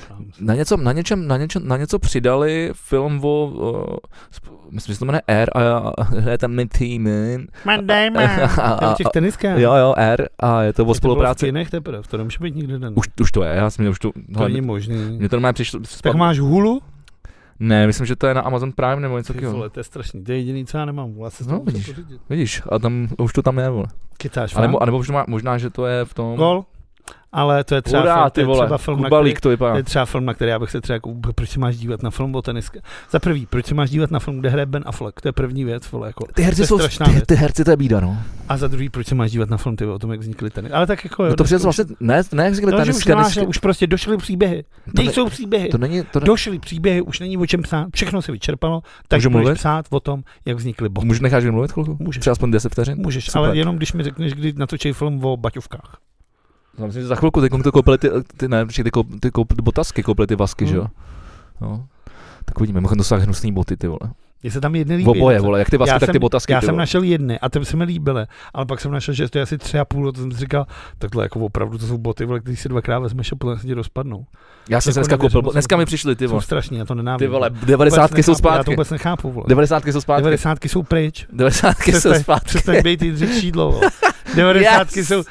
Na něco přidali film myslím, že to jmenuje R a je tam Matt Damon. Těch teniskách. Jo, R a je to o spolupráci. To teprve, to nemůže být nikdy den. Už to je, já jsem už to... To není možný. Mně to normálně přišlo... Tak máš Hulu? Ne, myslím, že to je na Amazon Prime nebo něco takového. Vole, to je strašný, to je jediný, co já nemám, vole, se no, vidíš, a tam, už to tam je, vole. Kytáš, a nebo možná, že to je v tom... Gol? Ale to je třeba, film, na který já bych se třeba proč se máš dívat na film o teniske. Za prvý, proč se máš dívat na film, kde hraje Ben Affleck, to je první věc, vole, jako. Ty herci, to je bída, no. A za druhý, proč se máš dívat na film, ty o tom, jak vznikly tenis. Ale tak jako no to přijde vlastně, ne, jak vznikly tenis. Už prostě došly příběhy. Nejsou příběhy. Došly příběhy, už není o čem psát, všechno se vyčerpalo, takže můžeš psát o tom, jak vznikly boty. Můžeš necháš mluvit chvilku? Můžeš. Třeba aspoň 10 vteřin. Můžeš, ale jenom když mi řekneš, kdy natočí film o baťovkách. Já myslím, že za chvilku to koupili ty botasky, koupili ty vasky, že jo? No. Tak uvidíme, mimochodem to jsou hnusný boty, ty vole. Mně se tam jedny líbí. Oboje, vole, jak ty vasky, tak ty botasky. Já jsem našel jedny a ty se mi líbily, ale pak jsem našel, že to je asi 3,5, to jsem si říkal, takhle jako opravdu to jsou boty, vole, které si 2krát vezmeš a potom se ti rozpadnou. Já jsem se dneska koupil, dneska mi přišly ty vole. Jsou strašný, já to nenávidím. Ty vole, 90 jsou zpátky. Já to vůbec nechápu, vole. 90 jsou zpátky. 90 jsou pryč. 90 jsou zpátky. Přestaň být Jindřich Šídlo, vole. 90 jsou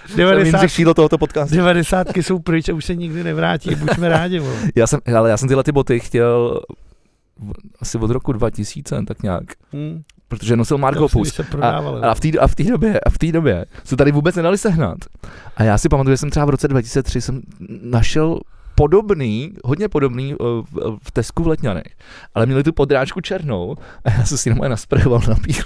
90 jsou pryč a už se nikdy nevrátí, buďme rádi, vole. Já jsem tyhle ty boty chtěl asi od roku 2000, tak nějak. Protože nosil Marco Pus. A v té době se tady vůbec nedali sehnat. A já si pamatuju, že jsem třeba v roce 2003 jsem našel hodně podobný v Tesku v Letňanech, ale měli tu podrážku černou a já jsem si jenom nasprejoval na bílo.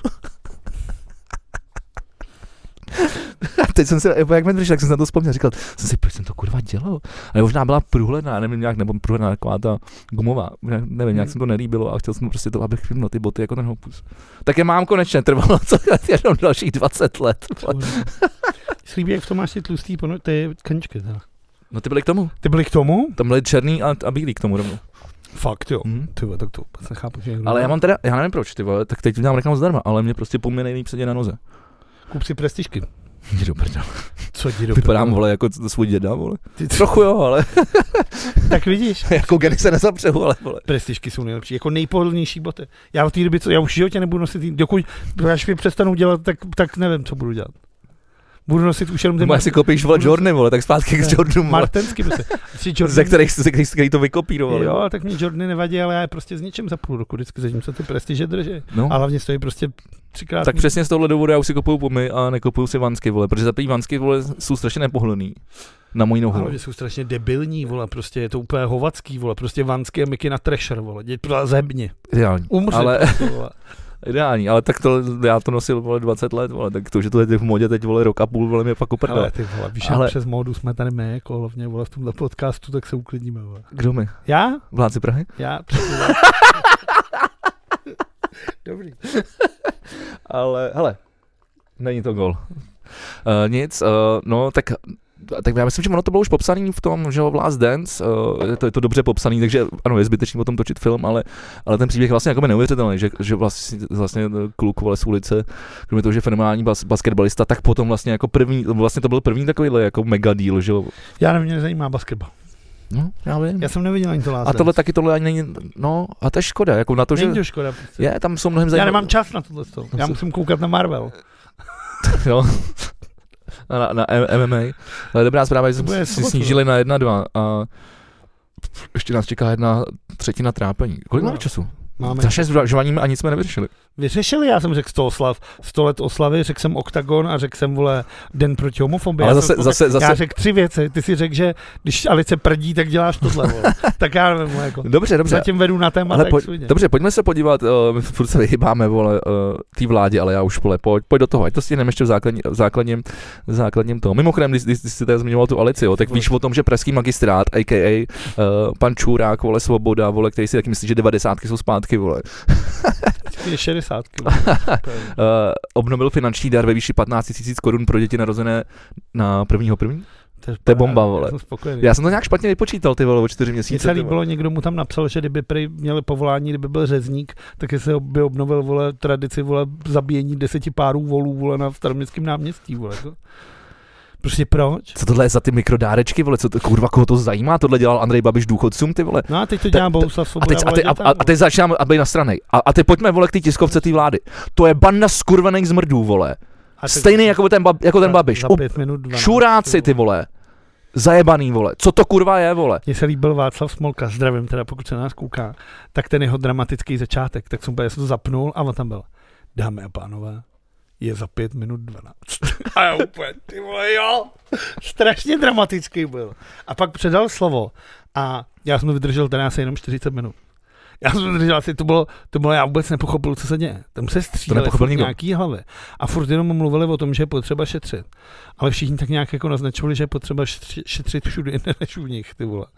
A teď jsem si, jak mi držel, tak jsem na to vzpomněl, říkal jsem si, proč jsem to kurva dělal? Ale možná byla průhledná, nevím nějak, nebo průhledná taková ta gumová, nevím, nějak jsem to nelíbilo a chtěl jsem prostě to, abych vypnul ty boty jako ten Hopus. Tak je mám konečně, trvalo to jenom dalších 20 let. Slíbí, jak v tom máš ty tlustý ty kaničky. No ty byly k tomu. Ty byly k tomu? Tam byly černý a bílý k tomu rovnou. Fakt jo, tyhle, tak to vůbec nechápu. Ale já mám teda, já nevím proč, ty vole, tak teď udělám reklamu zdarma, ale mě prostě po mně nejlíp sedí na noze. Kup si prestižky. Jdi do prdele. Co jdi do prdele? Vypadám, vole, jako svůj děda, vole. Trochu jo, ale... Tak vidíš. Jako geny se nezapřehu, ale vole. Prestižky jsou nejlepší, jako nejpohodlnější boty. Já v té době, já už v životě nebudu nosit, dokud až mi přestanou dělat, tak nevím, co budu dělat. Budu nosit už jenom ty... Máš si kopíš, vole, Jordany, vole, tak zpátky k Jordanu, Martensky prostě. Ze kterých to vykopírovali. Jo, tak mě Jordany nevadí, ale já je prostě s ničem za půl roku, vždycky zatím se ty prestiže drží. No. A hlavně stojí prostě 3x. Tak přesně z tohohle důvodu já už si kupuju pomy a nekupuju si vansky, vole, protože za první vansky, vole, jsou strašně nepohodlný. Na moji nohu. Ale jsou strašně debilní, vole, prostě je to úplně hovacký, vole, prostě vansky a Mickey na Thrasher, vole, zebni. Ideální. Umře, ale... prostě, vole. Ideální, ale tak to, já to nosil, vole, 20 let, vole, tak to, že to je v modě teď, vole, rok a půl, vole, mě pak uprdá. Ale ty vole, víš, ale... přes módu jsme tady my, jako hlavně, vole, v tomhle podcastu, tak se uklidníme, vole. Kdo my? Já? Vládci Prahy? Já, přesně. Dobrý. Ale, hele, není to gol. Nic, no, tak já myslím, že ono to bylo už popsaný v tom, že Last Dance, je to dobře popsaný, takže ano, je zbytečný o tom točit film, ale ten příběh vlastně jako neuvěřitelný, že vlastně kluk, vole, z ulice, kromě toho, že je fenomenální basketbalista, tak potom vlastně jako první, vlastně to byl první takovýhle jako mega deal, že jo. Já nevím, mě nezajímá basketbal. No, já vím. Já jsem neviděl ani to Last Dance. A tohle ani není, no, a to je škoda, jako na to, není že... to škoda, prostě. Je, tam jsou mnohem zajímavé. Já nemám čas na tohle, já musím koukat na Marvel. Jo. Na MMA. Ale dobrá zpráva, že jsme si snížili na 1-2 a ještě nás čeká 1/3 trápení. Kolik máme času? Máme. Za 6 žvaníme a nic jsme nevyřešili. Vyřešili, já jsem řekl 100 let oslavy, řekl jsem Oktagon a řekl jsem, vole, Den proti homofobii. Ale zase... Já řekl 3 věci, ty si řekl, že když Alice prdí, tak děláš tohle, vole. Tak já nevím, jako. Dobře. Zatím vedu na téma, tak dobře, pojďme se podívat, my furt se vyhýbáme, vole, té vládě, ale já už, vole, pojď do toho, ať to stihneme ještě v základním toho. Mimochodem, když jsi tady zmiňoval tu Alici, jo, tak víš o tom, že pražský magistrát, a.k.a. Pan Čurák, vole, Svoboda, vole, který si taky myslí, že 90 jsou zpátky, vole. 60. Obnovil finanční dar ve výši 15 000 korun pro děti narozené na 1.1. To je bomba, vole. Já jsem to nějak špatně vypočítal, ty vole, o 4 měsíce. Mně se líbilo, někdo mu tam napsal, že kdyby měli povolání, kdyby byl řezník, tak se by obnovil, vole, tradici, vole, zabíjení 10 párů volů, vole, na Staroměstském náměstí, vole. Prostě proč? Co tohle je za ty mikrodárečky, vole, co to, kurva, koho to zajímá? Tohle dělal Andrej Babiš důchodcům, ty vole. No a teď to dělá Bohuslav Svoboda. A teď začínám být nastranej. A teď pojďme, vole, k té tiskovce té vlády. To je banda skurvených zmrdů, vole. Stejný jako ten Babiš. Za 5 minut 12. Čuráci, ty vole. Zajebaný, vole. Co to kurva je, vole? Mně se líbil Václav Smolka, zdravím teda, pokud se nás kouká, tak ten jeho dramatický začátek, tak jsem to zapnul a on tam byl. Dámy a pánové, je za 5 minut 12. A já úplně, ty vole, jo. Strašně dramatický byl. A pak předal slovo a já jsem to vydržel teda asi jenom 40 minut. Já jsem vydržel asi, to bylo, já vůbec nepochopil, co se děje. Tam se stříleli nějaký hlavy. A furt jenom mluvili o tom, že je potřeba šetřit. Ale všichni tak nějak jako naznačovali, že je potřeba šetřit všude jinde než u nich, ty vole.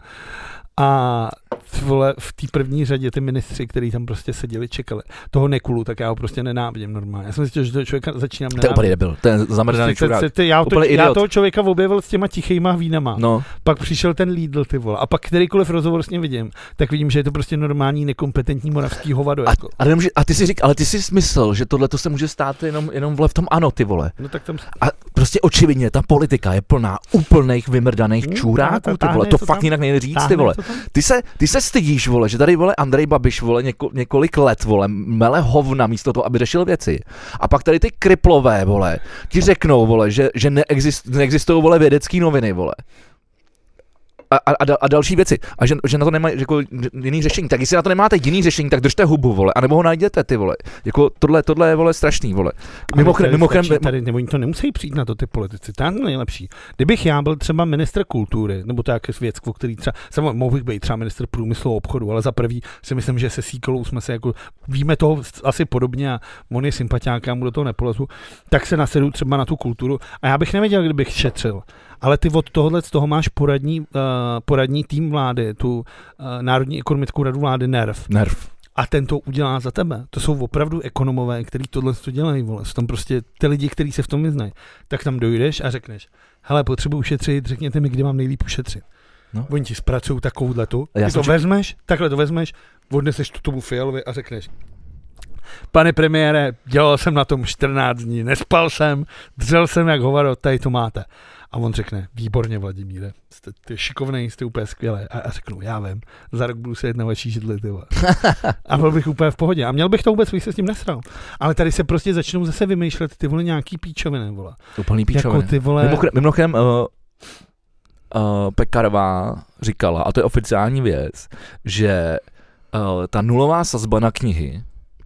A vole, v té první řadě ty ministři, kteří tam prostě seděli, čekali. Toho Nekulu, tak já ho prostě nenávidím normálně. Já jsem si že toho člověka začínám nenávidět. To je úplně debil, ten zamrdaný čurák. Já toho člověka objevil s těma tichýma vínama. No. Pak přišel ten Lidl, ty vole. A pak kterýkoliv rozhovor s ním vidím, tak vidím, že je to prostě normální, nekompetentní moravský hovado. Jako. A ty si myslel, že tohle to se může stát jenom vole v tom ANO, ty vole. No, tak tam... A prostě očividně ta politika je plná úplných vymrdaných čuráků, ty vole. To fakt jinak nejde říct, ty vole. Ty se stydíš, vole, že tady, vole, Andrej Babiš, vole, několik let, vole, mele hovna místo toho, aby řešil věci. A pak tady ty kriplové, vole, ti řeknou, vole, že neexistují, vole, vědecký noviny, vole. A další věci. A že na to nemají jako jiný řešení. Tak jestli na to nemáte jiný řešení, tak držte hubu, vole, a nebo ho najděte, ty vole. Jako tohle je, vole, strašný, vole. Mimochodem, tady nebo oni to nemusí přijít na to ty politici. To je nejlepší. Kdybych já byl třeba ministr kultury, nebo to jaké věc, který třeba mohl bych být třeba ministr průmyslu a obchodu, ale za prvý si myslím, že se Síkolou jsme se jako víme toho asi podobně a on je sympatiák, já mu do toho nepolezu, tak se nasedu třeba na tu kulturu a já bych nevěděl, kdybych šetřil. Ale ty od tohohle z toho máš poradní tým vlády, tu Národní ekonomickou radu vlády NERV. A ten to udělá za tebe. To jsou opravdu ekonomové, kteří tohle dělají, vole. Jsou tam prostě ty lidi, kteří se v tom vyznají. Tak tam dojdeš a řekneš, hele, potřebuji ušetřit, řekněte mi, kdy mám nejlíp ušetřit. No. Oni ti zpracují takovouhletu, ty to vezmeš, takhle to vezmeš, odneseš to tomu Fialovi a řekneš, pane premiére, dělal jsem na tom 14 dní, nespal jsem, dřel jsem jak hovado, tady to máte. A on řekne, výborně, Vladimíre, jste šikovnej, jste úplně skvělé. A řeknu, já vím, za rok budu sedět na vaší židli, ty vole. A byl bych úplně v pohodě. A měl bych to vůbec, bych se s tím nesral. Ale tady se prostě začnou zase vymýšlet ty vole nějaký píčoviny, vole. Úplný píčoviny. Jako ty vole... Mimochodem, Pekarová říkala, a to je oficiální věc, že ta nulová sazba na knihy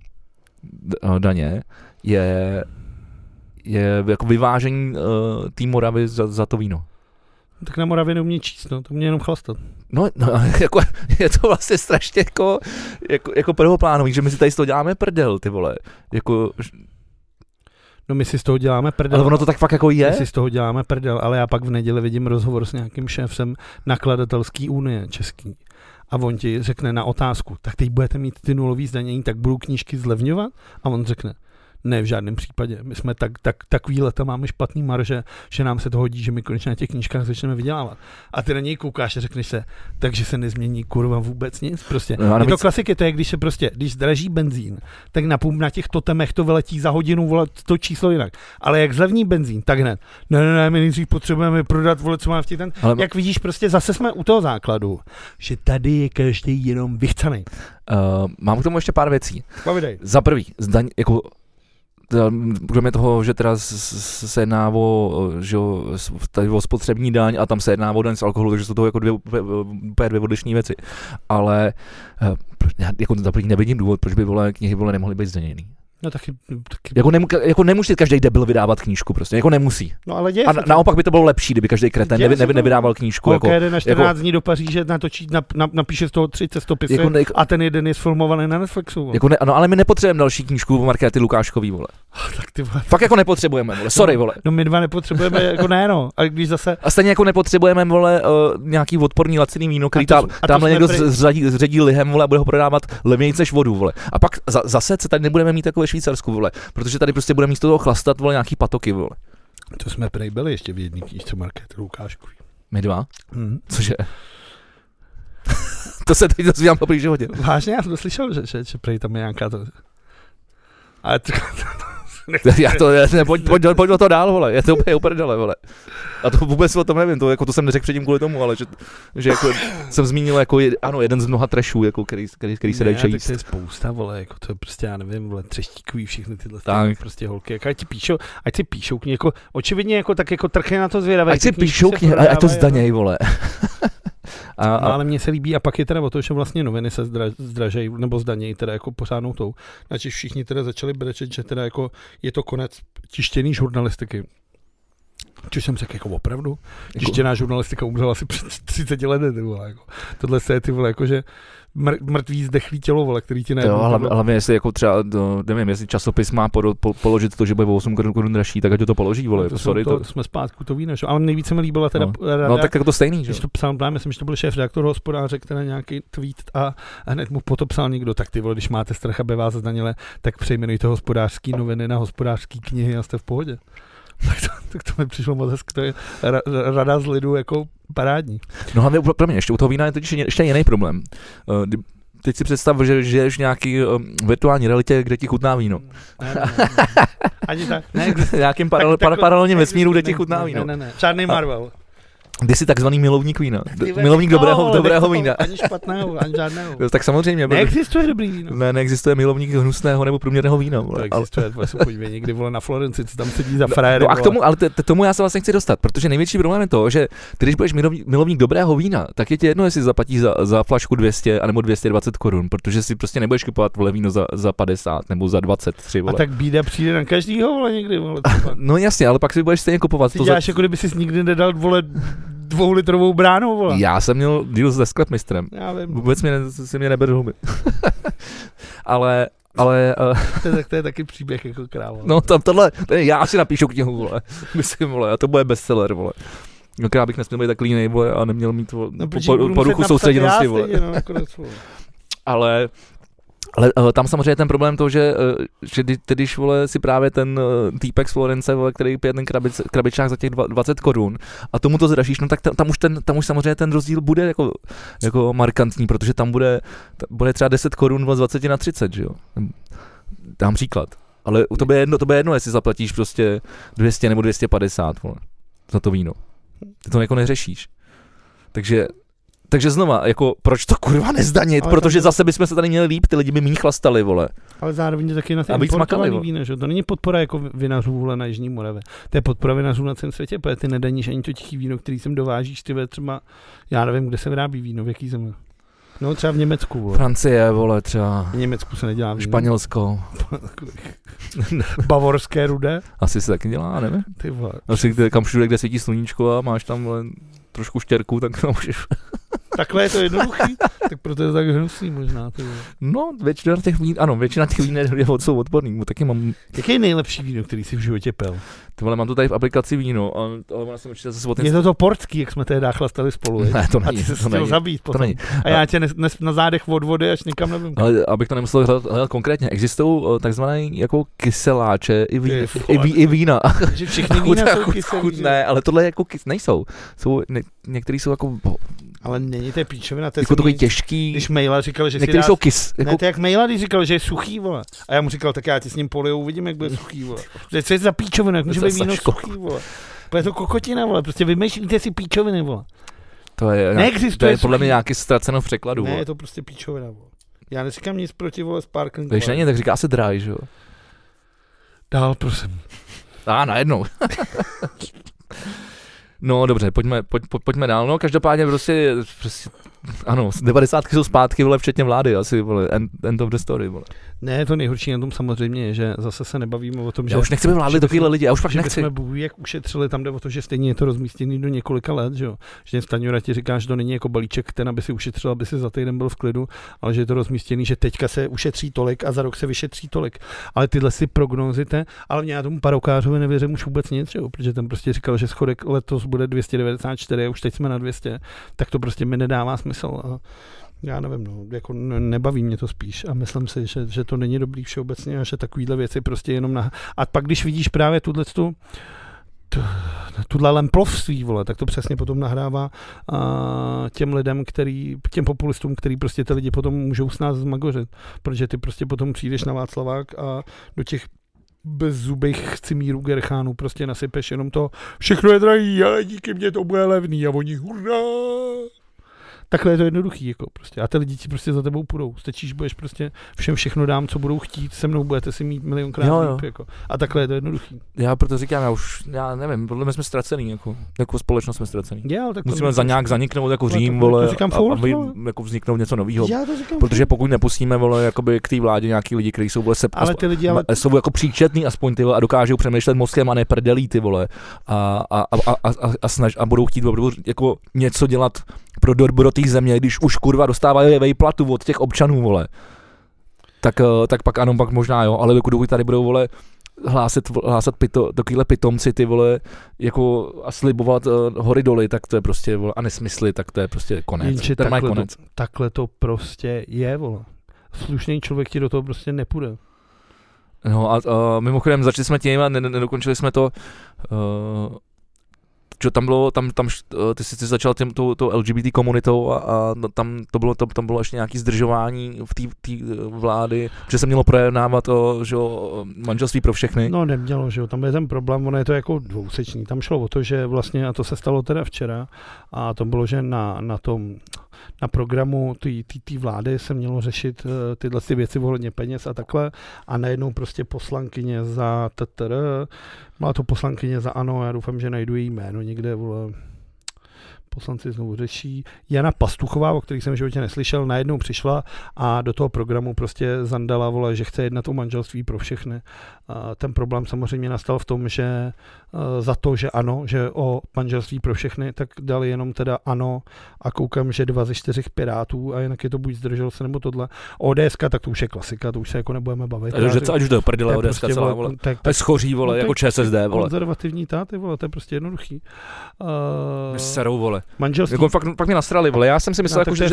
daně je jako vyvážení té Moravy za to víno. Tak na Moravě neumí číst, no, to mě jenom chlastat. No jako, je to vlastně strašně jako prvoplánový, že my si tady z toho děláme prdel, ty vole. Jako... No my si z toho děláme prdel. Ale ono to tak fakt jako je? My si z toho děláme prdel, ale já pak v neděli vidím rozhovor s nějakým šéfem nakladatelské unie český. A on ti řekne na otázku, tak teď budete mít ty nulový zdanění, tak budou knížky zlevňovat? A on řekne, ne, v žádném případě. My jsme takový leta máme špatný marže, že nám se to hodí, že my konečně na těch knížkách začneme vydělávat. A ty na něj koukáš a řekneš se, takže se nezmění kurva vůbec nic. Prostě. No, je to klasiky, to je, když zdraží benzín, tak na těch totemech to vyletí za hodinu, vole, to číslo jinak. Ale jak zlevní benzín, tak hned. Ne, my nejdřív potřebujeme prodat, vole, co má v ten. Ale... Jak vidíš, prostě zase jsme u toho základu, že tady je každý jenom vychcanej. Mám k tomu ještě pár věcí. Povídej. Za prvý, jako kromě toho, že teda se jedná o spotřební daň a tam se jedná o daň z alkoholu, takže jsou to jako dvě odlišné věci. Ale jako za první nevidím důvod, proč by knihy nemohly být zdaněný. No taky. Jako nemusí každý debil vydávat knížku prostě, jako nemusí. No ale děje. A naopak by to bylo lepší, kdyby každý kreten nevydával knížku. Jako jeden na 14 dní do Paříže natočí, napíše z toho 3 cestopisy a ten jeden je sfilmovaný na Netflixu. No ale my nepotřebujeme další knížku o Markéty Lukáškový, vole. Tak ty vole. Fakt jako nepotřebujeme, vole. Sorry, vole. No my dva nepotřebujeme, jako ne, no. A když zase... A stejně jako nepotřebujeme, vole, nějaký odporný laciný víno, který tamhle někdo zředí lihem, vole, a bude ho prodávat levněji než vodu, vole. A pak zase se tady nebudeme mít takové Švýcarsku, vole, protože tady prostě bude místo toho chlastat, vole, nějaký patoky, vole. To jsme prej byli ještě v jedné knížce Markéty Lukáškový. My dva? Cože? To se teď dozvídám po první životě. Vážně, já jsem to slyšel, že prej tam je nějaká to... Ale pojď do toho dál, vole, je to úplně uprdele, vole. A to vůbec o tom nevím, to jsem neřekl předtím kvůli tomu, ale že jako jsem zmínil jako jeden z mnoha trashů, jako který se dají číst. Tak to je spousta, vole, jako to je prostě, já nevím, vole, třeštíkový všechny tyhle prostě holky, jako ať si píšou knihy, jako očividně jako tak jako trchne na to zvědavé. Ať si píšou knihy, ať to zdaněj, vole. Ale mně se líbí, a pak je teda o to, že vlastně noviny se zdražejí, nebo zdanějí teda jako pořádnou tou. Znači všichni teda začali brečet, že teda jako je to konec tištěný žurnalistiky. Což jsem řekl, jako opravdu? Tištěná žurnalistika umřela asi před 30 lety, ty vole, jako. Tohle se je, ty vole, jakože mrtvý zdechlý tělo, vole, který ti nejednou. Hlavně jestli jako třeba, nevím, jestli časopis má položit to, že bude o 8 korun dražší, tak ať to položí, vole. To jsme zpátky, to víno, ale nejvíce mi líbila teda no tak jako to stejný, že? Když to psal, myslím, že to byl šéf redaktor Hospodářek, teda nějaký tweet a hned mu potom psal někdo, tak ty vole, když máte strach, aby vás zdanili, tak přejmenujte Hospodářský noviny na Hospodářský knihy a jste v pohodě. Tak to mi přišlo moc hezky, to je rada z lidu jako parádní. No hlavně pro mě ještě u toho vína je totiž ještě jiný problém. Teď si představ, že žiješ v nějaký virtuální realitě, kde ti chutná víno. Ne. Ani tak. Nějakým paralelním vesmíru, kde ti chutná víno. Ne. Žádný Marvel. Ty jsi takzvaný milovník vína. Milovník dobrého vína. Ani špatného, ani žádného. Tak samozřejmě. Neexistuje dobrý víno. Neexistuje milovník hnusného nebo průměrného vína. Vole. To existuje, ale se podívej někdy vole na Florenci, co tam sedí za frajery. No a k tomu, ale tomu já se vlastně chci dostat, protože největší problém je to, že ty, když budeš milovník dobrého vína, tak je ti jedno, jestli zaplatíš za flašku 200 anebo 220 korun, protože si prostě nebudeš kupovat vole víno za 50 nebo za 23. Vole. A tak bída přijde na každýho vole někdy. Vole, no jasně, ale pak si budeš stejně kupovat. Ty děláš, jako kdyby jsi nikdy nedal vole 2litrovou bránou, vole. Já jsem měl deal se sklepmistrem. Já vím. Vůbec si mě neberu huby. ale to je taky příběh jako kráva. No já si napíšu knihu, vole. Myslím, vole, a to bude bestseller, vole. No já bych nesměl být tak línej, vole, a neměl mít po ruchu soustředěnosti, vole. Ale tam samozřejmě ten problém to, že když vole, si právě ten týpek z Florence, vole, který pije ten krabičák za těch 20 korun a tomu to zdražíš, no tak tam už samozřejmě ten rozdíl bude jako markantní, protože tam bude třeba 10 korun z 20 na 30, že jo. Dám příklad. Ale to bude jedno, jestli zaplatíš prostě 200 nebo 250, vole, za to víno. Ty to jako neřešíš. Takže znova, jako proč to kurva nezdanit, protože zase bychom se tady měli líp, ty lidi by méně chlastali, vole. Ale zároveň taky na ty importovaný vína, že? To není podpora jako vinařů, vole, na Jižní Moravě. To je podpora vinařů na celém světě, protože ty nedaníš ani to tichý víno, který sem dovážíš, ty třeba, já nevím, kde se vyrábí víno, v jaký zemi. No třeba v Německu, vole. Francie, vole, třeba. V Německu se nedělá víno. Španělsko. Bavorské rudé? Asi se taky dělá, nevím. Ty vole. Asi kam všude, kde svítí sluníčko a máš tam vole, trošku štěrku, tak to můžeš. Takhle je to jednoduchý, tak proto je to tak hnusný možná. Ty vole. No, většina těch vín jsou odporný, taky mám. Jaký je nejlepší víno, který jsi v životě pil? Tohle mám tu tady v aplikaci víno, ale ona jsem určitě zase Je to portský, jak jsme tehdy chlastali spolu. Ne, to není. A ty se chtěl zabít potom. To není. A já tě na zádech od vody až nikam nevím. Ale abych to nemusel hledat konkrétně, existují takzvané jako kyseláče i vína. Že všechny vína jsou kyselý. Ne, ale tohle jako nejsou. Některý jsou jako. Ale není to píčovina, to je jako takový těžký. Když Maila říkal, že některý jsou kys. Jako... Ne, to jak Maila, když říkal, že je suchý, vole. A já mu říkal, tak já ti s ním poliju, uvidím, jak bude suchý, vole. Co je za píčovina, jak může být víno suchý, vole. To je to kokotina, vole, prostě vymýšlíte si píčoviny, vole. To je podle mě nějaký ztraceno v překladu. Ne, vole. je to prostě píčovina, vole. Já neříkám nic proti, vole, sparkling. Když není, tak říká se dry, že jo. Dál, prosím. Najednou. No dobře, pojďme dál, no každopádně prostě ano, 90 jsou zpátky, vole, včetně vlády, asi, vole, end of the story, vole. Ne, to nejhorší na tom samozřejmě je, že zase se nebavíme o tom, že... Já už nechci vládli takovýhle lidi, já už fakt nechci. Že bychom jak ušetřili, tam jde o to, že stejně je to rozmístěný do několika let, že jo. Že Stanjura ti říká, že to není jako balíček, ten, aby si ušetřil, aby si za týden byl v klidu, ale že je to rozmístěný, že teďka se ušetří tolik a za rok se vyšetří tolik. Ale tyhle si prognózite, ale já tomu Parokářovi nevěřím už vůbec nic, jo, protože ten prostě říkal, že schodek letos bude 294 a už teď jsme na 200, tak to prostě mi nedává smysl. A já nevím, no, jako nebaví mě to spíš a myslím si, že to není dobrý všeobecně a že takovýhle věci prostě jenom A pak když vidíš právě tuhle lemplovství, vole, tak to přesně potom nahrává těm lidem, těm populistům, který prostě ty lidi potom můžou s nás zmagořit, protože ty prostě potom přijdeš na Václavák a do těch bezzubých cimírů Gerchánů prostě nasypeš jenom to, všechno je drahý, ale díky mně to bude levný a oni hurá. Takhle je to jednoduchý, jako prostě. A ty lidi ti prostě za tebou půjdou. Stačíš, budeš prostě všem všechno dám, co budou chtít, se mnou budete si mít milionkrát líp, jako. A takhle je to jednoduchý. Já proto říkám, já nevím, podle mě jsme ztracený, jako společnost jsme ztracený. Musíme nějak zaniknout jako Řím, vole, a jako vzniknout něco nového. Protože pokud nepustíme, vole, jakoby k té vládě nějaký lidi, kteří jsou vole jsou jako příčetný aspoň ty vole, a dokážou přemýšlet mozkem a neprdelí ty vole a budou chtít jako něco dělat pro dobro té země, když už kurva dostávají vejplatu od těch občanů, vole. Tak pak ano, pak možná jo, ale dokud tady budou, vole, hlásat takovýhle pitomci, ty vole, jako a slibovat hory doly, tak to je prostě, vole, a nesmysly, tak to je prostě konec. Jenže takhle to prostě je, vole. Slušný člověk ti do toho prostě nepůjde. No a mimochodem začali jsme tím a nedokončili jsme to, Čo tam bylo, ty jsi začal tou LGBT komunitou a tam bylo ještě nějaké zdržování v té vlády, že se mělo projednávat že manželství pro všechny. No nemělo, že jo, tam je ten problém, ono je to jako dvousečný. Tam šlo o to, že vlastně, a to se stalo teda včera, a to bylo, že na programu té vlády se mělo řešit tyhle věci ohledně peněz a takhle a najednou prostě poslankyně za byla to poslankyně za ANO, já doufám, že najdu její jméno někde, vole, poslanci znovu řeší. Jana Pastuchová, o kterých jsem v životě neslyšel, najednou přišla a do toho programu prostě zandala, vole, že chce jednat o manželství pro všechny. Ten problém samozřejmě nastal v tom, že za to, že ano, že o manželství pro všechny, tak dali jenom teda ano a koukám, že 2 ze 4 Pirátů a jinak je to buď zdržel se nebo tohle. ODSka, tak to už je klasika, to už se jako nebudeme bavit. Ať už to prdele ODSka prostě, celá, vole. Tak schoří, vole, jako ČSSD, vole. Konzervativní táty, vole, to je prostě jednoduchý. Serou, vole. Manželství. Jako fakt mě nasrali, vole. Já jsem si myslel, jako, že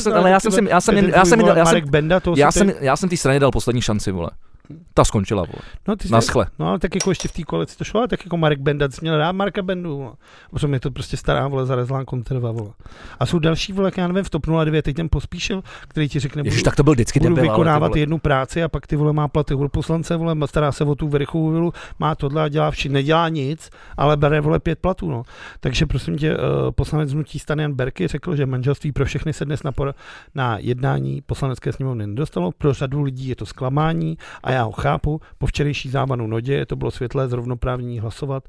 já jsem té straně dal poslední šanci, vole. Ta skončila, vole. Naschle. No ale tak jako ještě v té koalici to šlo, ale tak jako Marek Benda, ty jsi měl rád Marka Bendu, vole. Protože mě to prostě stará, vole, zarezlá konzerva, vole. A jsou další, vole, já nevím, v TOP 09 teď ten Pospíšil, který ti řekne, tak to byl vždycky budu debil, vykonávat jednu práci a pak ty, vole, má platy poslance, vole, stará se o tu Verichovou vilu, má tohle a dělá nedělá nic, ale bere, vole, 5 platů, no. Takže prosím tě, poslanec hnutí STAN Jan Berki řekl, že manželství pro všechny se dnes na jednání poslanecké sněmovny nedostalo. Pro řadu lidí je to zklamání a já ho chápu. Po včerejší závanu Nodě to bylo světlé zrovnoprávnění hlasovat.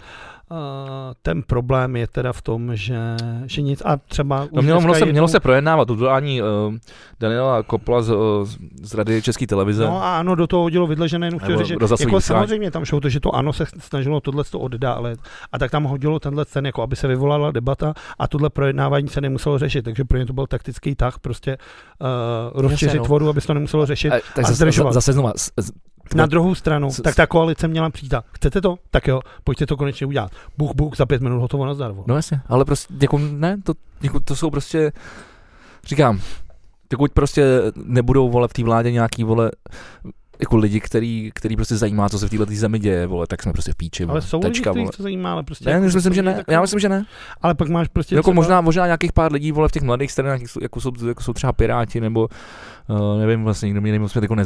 Ten problém je teda v tom, že nic a třeba... Mělo se projednávat udolání Daniela Kopla z Rady České televize. No a ano, do toho hodilo vidležené, jenom chtěl říct, že jako samozřejmě tam šlo to, že to ANO se snažilo tohleto oddálit a tak tam hodilo tenhle ten, jako aby se vyvolala debata a tohle projednávání se nemuselo řešit, takže pro ně to byl taktický tah, prostě rozšířit vodu, aby se to nemuselo řešit a zdržovat. Zase znova, na druhou stranu, tak ta koalice měla přijít. Chcete to? Tak jo, pojďte to konečně udělat. Buk, za 5 minut hotovo, nazdar. No jasně, ale prostě, jako ne, to jsou prostě, říkám, pokud prostě nebudou, vole, v té vládě nějaký, vole, jako lidi, který prostě zajímá, co se v této zemi děje, vole, tak jsme prostě v píči, vole. Ale jsou lidi, kterých to zajímá, ale prostě... Ne, jako myslím, že ne. Já myslím, že ne. Ale pak máš prostě jako třeba... možná nějakých pár lidí, vole, v těch mladých stranách, jako jsou třeba Piráti, nebo nevím, vlastně nikdo mě moc jako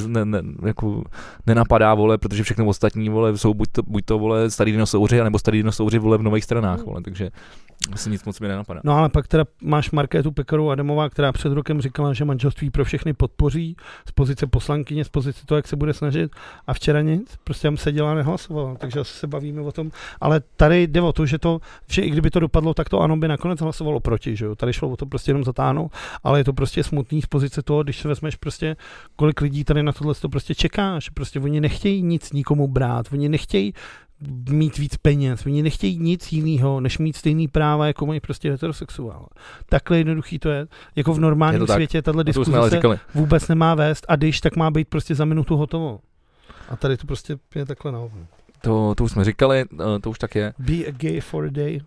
jako nenapadá, vole, protože všechno ostatní, vole, jsou buď to vole, starý dinosauři, nebo starý dinosauři, vole, v nových stranách, vole, takže asi nic moc mi nenapadá. No ale pak teda máš Markétu Pekarovou Adamová, která před rokem říkala, že manželství pro všechny podpoří z pozice poslankyně, z pozice toho, jak se bude snažit, a včera nic, prostě tam seděla a nehlasovala, takže asi se bavíme o tom, ale tady jde o to, že i kdyby to dopadlo, tak to ANO by nakonec hlasovalo proti, že jo, tady šlo o to prostě jenom zatáhnout, ale je to prostě smutný z pozice toho, když se vezmeš prostě, kolik lidí tady na tohle to prostě čeká, že prostě oni nechtějí nic nikomu brát, oni nechtějí mít víc peněz, oni nechtějí nic jiného, než mít stejný práva, jako mají prostě heterosexuál. Takhle jednoduchý to je. Jako v normálním světě tahle diskuze se vůbec nemá vést a když, tak má být prostě za minutu hotovo. A tady to prostě je takhle na hovno. To už jsme říkali, to už tak je. Be a gay for a day.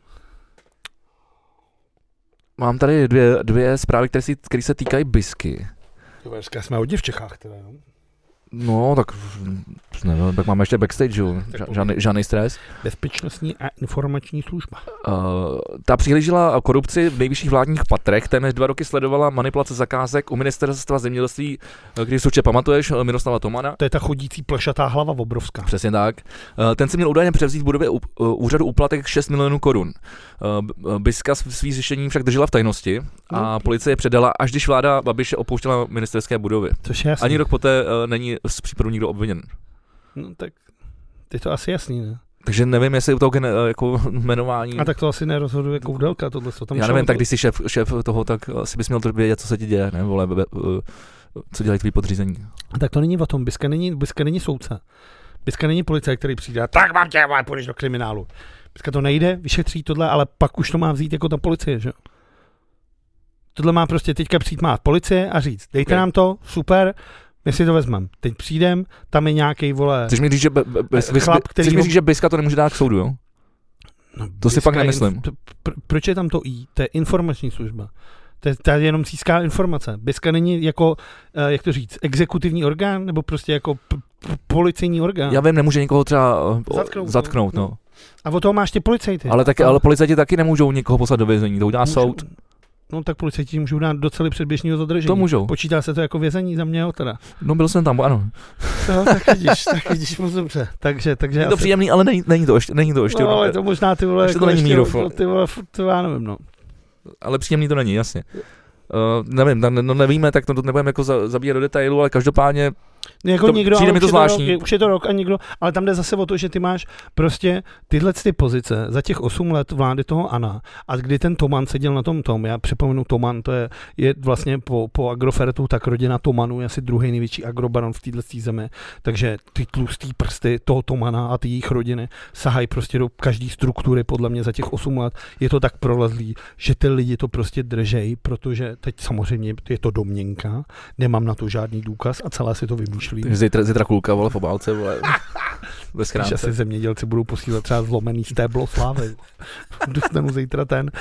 Mám tady dvě zprávy, které se týkají bisky. Dneska jsme hodně v Čechách teda, no. No, tak nevím, tak máme ještě backstage, žádný stres. Bezpečnostní a informační služba. Ta přihlížela korupci v nejvyšších vládních patrech, téměř 2 roky sledovala manipulace zakázek u ministerstva zemědělství, když si určitě pamatuješ, Miroslava Tomana. To je ta chodící plešatá hlava obrovská. Přesně tak. Ten si měl údajně převzít v budově úřadu úplatek 6 milionů korun. Biska svý řešení však držela v tajnosti a policie předala, až když vláda Babiše opouštěla ministerské budovy. Což je jasný. Ani rok poté není z případu nikdo obviněn. No tak je to asi jasný, ne? Takže nevím, jestli u toho jako jmenování... A tak to asi nerozhoduje Koudelka, tohle co tam. Já nevím, tak když jsi šéf toho, tak asi bys měl vědět, co se ti děje, ne? Vole, co dělají tví podřízení. A tak to není o tom, Biska není soudce. Biska není policie, který přijde, tak mám tě, půjdeš do kriminálu. Biska to nejde, vyšetří tohle, ale pak už to má vzít jako ta policie, že? Tohle má prostě teďka přijít má policie a říct, dejte nám to, super, my si to vezmeme. Teď přijdem, tam je nějaký, vole, chceš mi říct, že Biska to nemůže dát k soudu, jo? No, to si fakt nemyslím. Proč je tam to I? To je informační služba. To je jenom získá informace. Biska není jako, jak to říct, exekutivní orgán, nebo prostě jako policejní orgán. Já vím, nemůže někoho třeba zatknout, no. A o toho máš ty policajty. Ale policajti taky nemůžou někoho poslat do vězení, to udělá soud. No tak policajti můžou dát docela předběžného zadržení. To můžou. Počítá se to jako vězení za mě, teda. No byl jsem tam, ano. No, tak vidíš moc dobře. Takže je to příjemný, ale není to ještě. No, ale to možná ty vole, ještě to není Mírov. Ty vole, to já nevím, no. Ale příjemný to není, jasně. Nevím, nevíme, tak to nebudeme jako zabíjet do detailu, ale každopádně jako to, nikdo, přijde mi to zvláštní. Už je to rok a nikdo, ale tam jde zase o to, že ty máš prostě tyhle ty pozice za těch 8 let vlády toho ANA a kdy ten Toman seděl na tom, já připomenu Toman, to je vlastně po Agrofertu, tak rodina Tomanů je asi druhý největší agrobaron v této zemi, takže ty tlustý prsty toho Tomana a ty jejich rodiny sahají prostě do každé struktury podle mě za těch 8 let. Je to tak prolezlý, že ty lidi to prostě držej, protože teď samozřejmě je to domněnka, nemám na to žádný důkaz a celé si to vymýšlí. Zítra kulka, vole, v obálce, vole, ve schránce. Asi zemědělci budou posílat třeba zlomený stéblo slávy. Dostanu zítra ten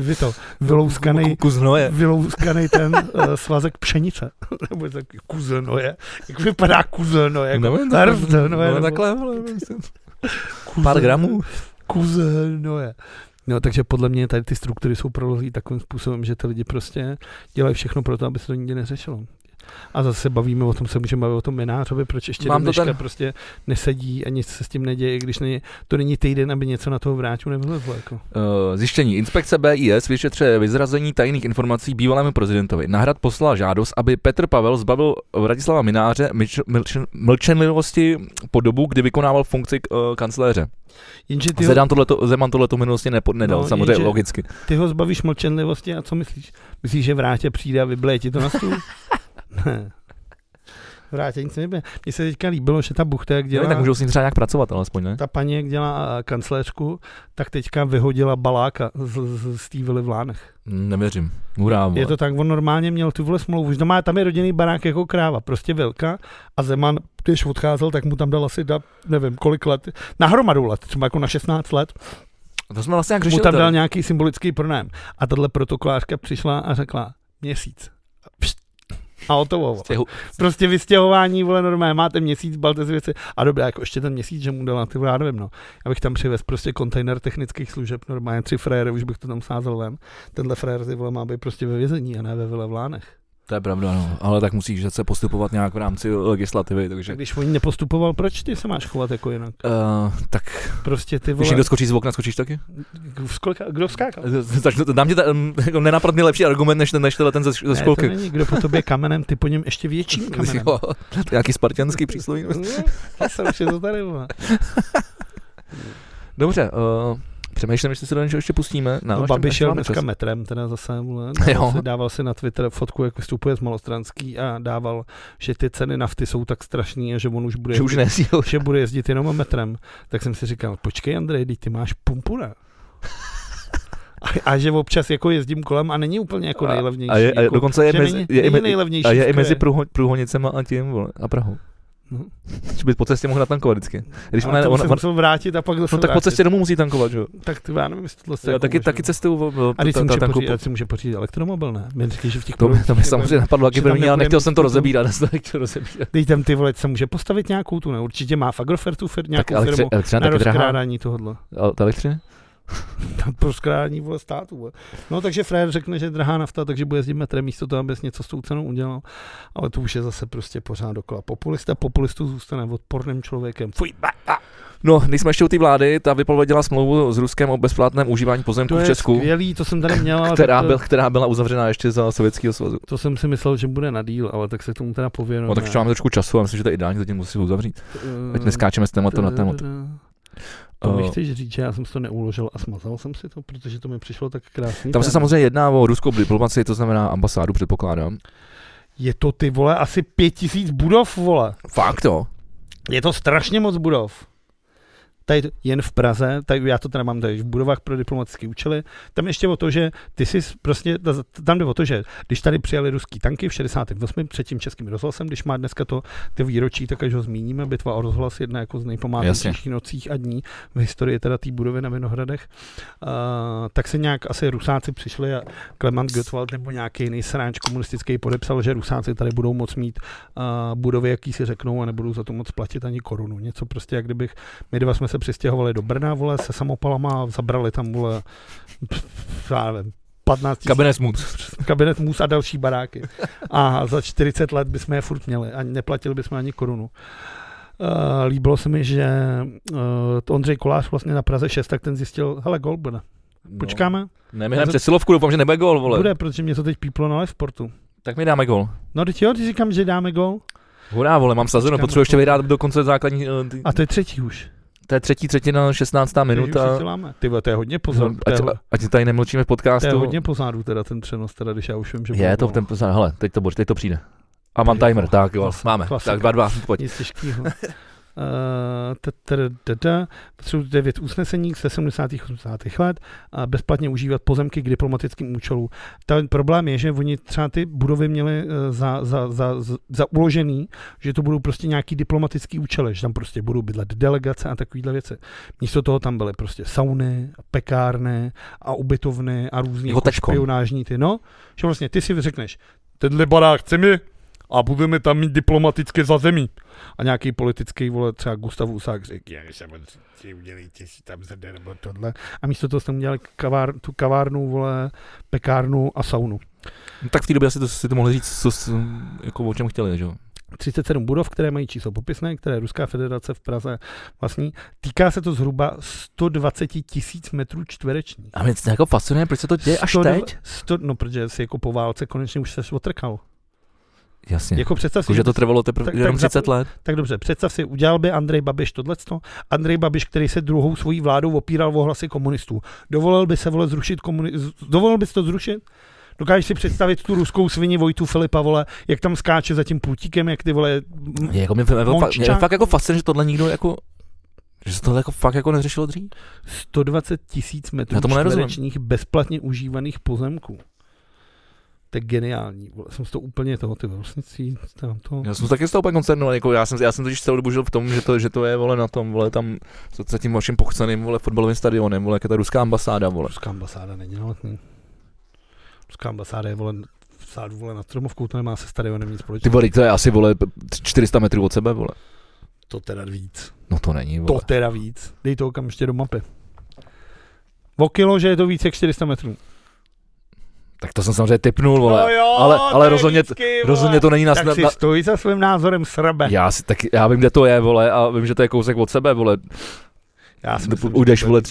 vylouskaný ten svazek pšenice. Nebo takový kuzelnoje. Jak vypadá kuzelnoje? No takhle, vole. Pár gramů. Kuzelnoje. No, takže podle mě tady ty struktury jsou prolezlý takovým způsobem, že ty lidi prostě dělají všechno pro to, aby se to nikdy neřešilo. A zase bavíme o tom, se můžeme bavit o tom Minářovi, proč ještě do dneška prostě nesedí a nic se s tím neděje, když to není týden, aby něco na toho vrátil nevylezlo. Jako. Zjištění. Inspekce BIS vyšetřuje vyzrazení tajných informací bývalému prezidentovi. Na Hrad poslal žádost, aby Petr Pavel zbavil Vratislava Mináře mlčenlivosti po dobu, kdy vykonával funkci kancléře. Zeman tohleto minulosti nedal, samozřejmě logicky. Ty ho zbavíš mlčenlivosti a co myslíš? Myslíš, že Vrátě přijde a vybleje ti to na stůl? Ne. Vrátě nic nebude. Mně se teďka líbilo, že ta buchta, jak dělá... tak můžou s ním třeba nějak pracovat, alespoň, ne? Ta paní, jak dělá kancléřku, tak teďka vyhodila Baláka z té vily v Lánech. Nevěřím. Hurá, je to tak, on normálně měl tu vole smlouvu, že tam je rodinný barák jako kráva, prostě velká a Zeman, když odcházel, tak mu tam dal asi, nevím, kolik let, na hromadu let, třeba jako na 16 let. To jsme vlastně jak řešili. Mu tam dal nějaký symbolický pronájem. A tahle protokolářka přišla a řekla měsíc. A hotovo. Prostě vystěhování, vole, normálně, máte měsíc, balte si věci. A dobré, jako ještě ten měsíc, že mu dala, ty vole, já nevím, no. Já bych tam přivez prostě kontejner technických služeb, normálně 3 frajery, už bych to tam sázel ven. Tenhle frajer, ty vole, má být prostě ve vězení a ne ve vile v Lánech. To je pravda, no. Ale tak musíš se postupovat nějak v rámci legislativy, takže... Když on nepostupoval, proč ty se máš chovat jako jinak? Tak... Prostě ty vole... Když někdo skočí z okna, skočíš taky? Kdo skákal? Dám ti jako nenapadný lepší argument, než ten ze školky. Ne, to není, kdo po tobě kamenem, ty po něm ještě větším kamenem. Jo, nějaký spartianský přísloví. Už je to tady, vole. Dobře, přemýšlím, jestli se do něčeho ještě pustíme. Babiš šel dneska metrem, teda zase, dával si na Twitter fotku, jak vystupuje z Malostranský a dával, že ty ceny nafty jsou tak strašný a že on už bude, že bude jezdit jenom metrem. Tak jsem si říkal, počkej Andrej, ty máš pumpu, ne? A že občas jako jezdím kolem a není úplně jako nejlevnější. A dokonce je i mezi Průhonicema a tím, vole, a Prahou. No. Že by po cestě mohl natankovat vždycky. Když on musel vrátit a pak zase tak po cestě domů musí tankovat, že jo? Tak ty já nevím, jestli tohle jako taky cestu a když si může pořídit elektromobil, ne? Že v těch to mi samozřejmě napadlo, jaký první, ale nechtěl jsem to rozebírat. Dej tam ty vole, se může postavit nějakou tu, ne? Určitě má v Agrofertu nějakou firmu na rozkrádání tohohle. Ta elektřina? Pro skrádání, vole, státu. Vole. No takže frajer řekne, že je drahá nafta, takže bude jezdit metrem místo toho, aby něco s tou cenou udělal. Ale to už je zase prostě pořád dokola. Populistu zůstane odporným člověkem. Fuj, No, když jsme ještě u té vlády, ta vypověděla smlouvu s Ruskem o bezplatném užívání pozemků v Česku. To je skvělý, to jsem tady měl. která byla uzavřena ještě za Sovětského svazu. To jsem si myslel, že bude na díl, ale tak se tomu teda pověnujeme. No tak ještě máme trošku času a myslím, že to je ideální, zatím musí uzavřít. Ať neskáčeme z tématu na tématu. To mi chceš říct, že já jsem si to neuložil a smazal jsem si to, protože to mi přišlo tak krásný. Tam se samozřejmě jedná o ruskou diplomacii, to znamená ambasádu, předpokládám. Je to, ty vole, asi 5000 budov, vole. Fakt to? Je to strašně moc budov. Tady jen v Praze, tady já to teda mám tady v budovách pro diplomatické účely, tam ještě o to, že ty si prostě, tam jde o to, že když tady přijali ruský tanky v 68. třetím českým rozhlasem, když má dneska ty výročí, tak až ho zmíníme, bitva o rozhlas, jedna jako z nejpamátnějších nocích a dní v historii teda té budovy na Vinohradech, tak se nějak asi Rusáci přišli a Klement Gottwald nebo nějaký jiný sráč komunistický podepsal, že Rusáci tady budou moc mít budovy, jaký si řeknou a nebudou za to moc platit ani korunu. Něco prostě, jak kdybych my dva jsme se se přistěhovali do Brna, vole, se samopalama, zabrali tam, vole, já nevím, 15 kabinet Mus a další baráky. A za 40 let bychom je furt měli a neplatili bychom ani korunu. Líbilo se mi, že Ondřej Kolář vlastně na Praze 6, tak ten zjistil, hele, gól bude. Počkáme? Ne, my jdeme přesilovku, doufám, že nebude gól, vole. Bude, protože mě to teď píplo na Live Sportu. Tak mi dáme gól. No teď jo, ty říkám, že dáme gól. Hurá, vole, mám sazeno, potřebuji ještě vyhrát do konce základní... A to je třetí už. To je třetina, 16. minuta. Ty to je hodně pozadu. Ať tady nemlčíme v podcastu. To je hodně pozadu, teda ten přenos, teda, když já už vím, že... Je to ten pozadu, hele, teď to přijde. A mám timer, tak jo, máme. Tak 2-2, pojď. Nic těžkýho. Potřebuji 9 usnesení ze 70. 80. let a bezplatně užívat pozemky k diplomatickým účelům. Ten problém je, že oni třeba ty budovy měli za uložený, že to budou prostě nějaký diplomatický účely, že tam prostě budou bydlet delegace a takovýhle věci. Místo toho tam byly prostě sauny, pekárny a ubytovny a různý jako špionážní ty. No, že vlastně ty si řekneš, tenhle barák chce mi a budeme tam mít diplomatické zazemí. A nějaký politický, vole, třeba Gustav Husák řekl, já si udělejte si tam zde nebo tohle. A místo toho jsme udělali tu kavárnu, vole, pekárnu a saunu. No, tak v té době asi si to mohli říct, jako o čem chtěli, že jo? 37 budov, které mají číslo popisné, které Ruská federace v Praze vlastní. Týká se to zhruba 120 000 metrů čtverečních. A mě to jako fascinuje, proč se to děje až teď? No, protože si jako po válce konečně už se otrkal. Jasně, jako představ si, že to trvalo teprve jenom 30 let. Tak dobře, představ si, udělal by Andrej Babiš tohleto. Andrej Babiš, který se druhou svojí vládou opíral o hlasy komunistů. Dovolil by se, vole, dovolil bys to zrušit? Dokážeš si představit tu ruskou svini Vojtu Filipa, vole, jak tam skáče za tím pultíkem, jak ty, vole, jako mě fakt jako fascinuje, že tohle nikdo jako... Že se tohle jako fakt jako neřešilo dřív? 120 000 metrů čtverečních bezplatně užívaných pozemků. To je geniální, vole. Jsem z toho úplně toho, ty vlastnictví, tam to. Já jsem taky z toho úplně koncernovaný, jako já jsem totiž celou dobu žil v tom, že to je, vole, na tom, vole, tam za tím vaším pochceným, vole, fotbalovým stadionem, vole, jak je ta ruská ambasáda, vole. Ruská ambasáda není na Letný. Ruská ambasáda je, vole, v sádu, vole, nad Stromovkou, to nemá se stadionem nic společného. Ty vole, to je asi, vole, 400 metrů od sebe, vole. To teda víc. No to není, vole. To teda víc. Dej to okamžitě do mapy. O kilo, že je to víc jak 400 metrů. Tak to jsem samozřejmě tipnul, vole, no jo, ale rozhodně to není na... Tak si stojí za svým názorem srbe. Já vím, kde to je, vole, a vím, že to je kousek od sebe, vole. Já si myslím, ujdeš, vole,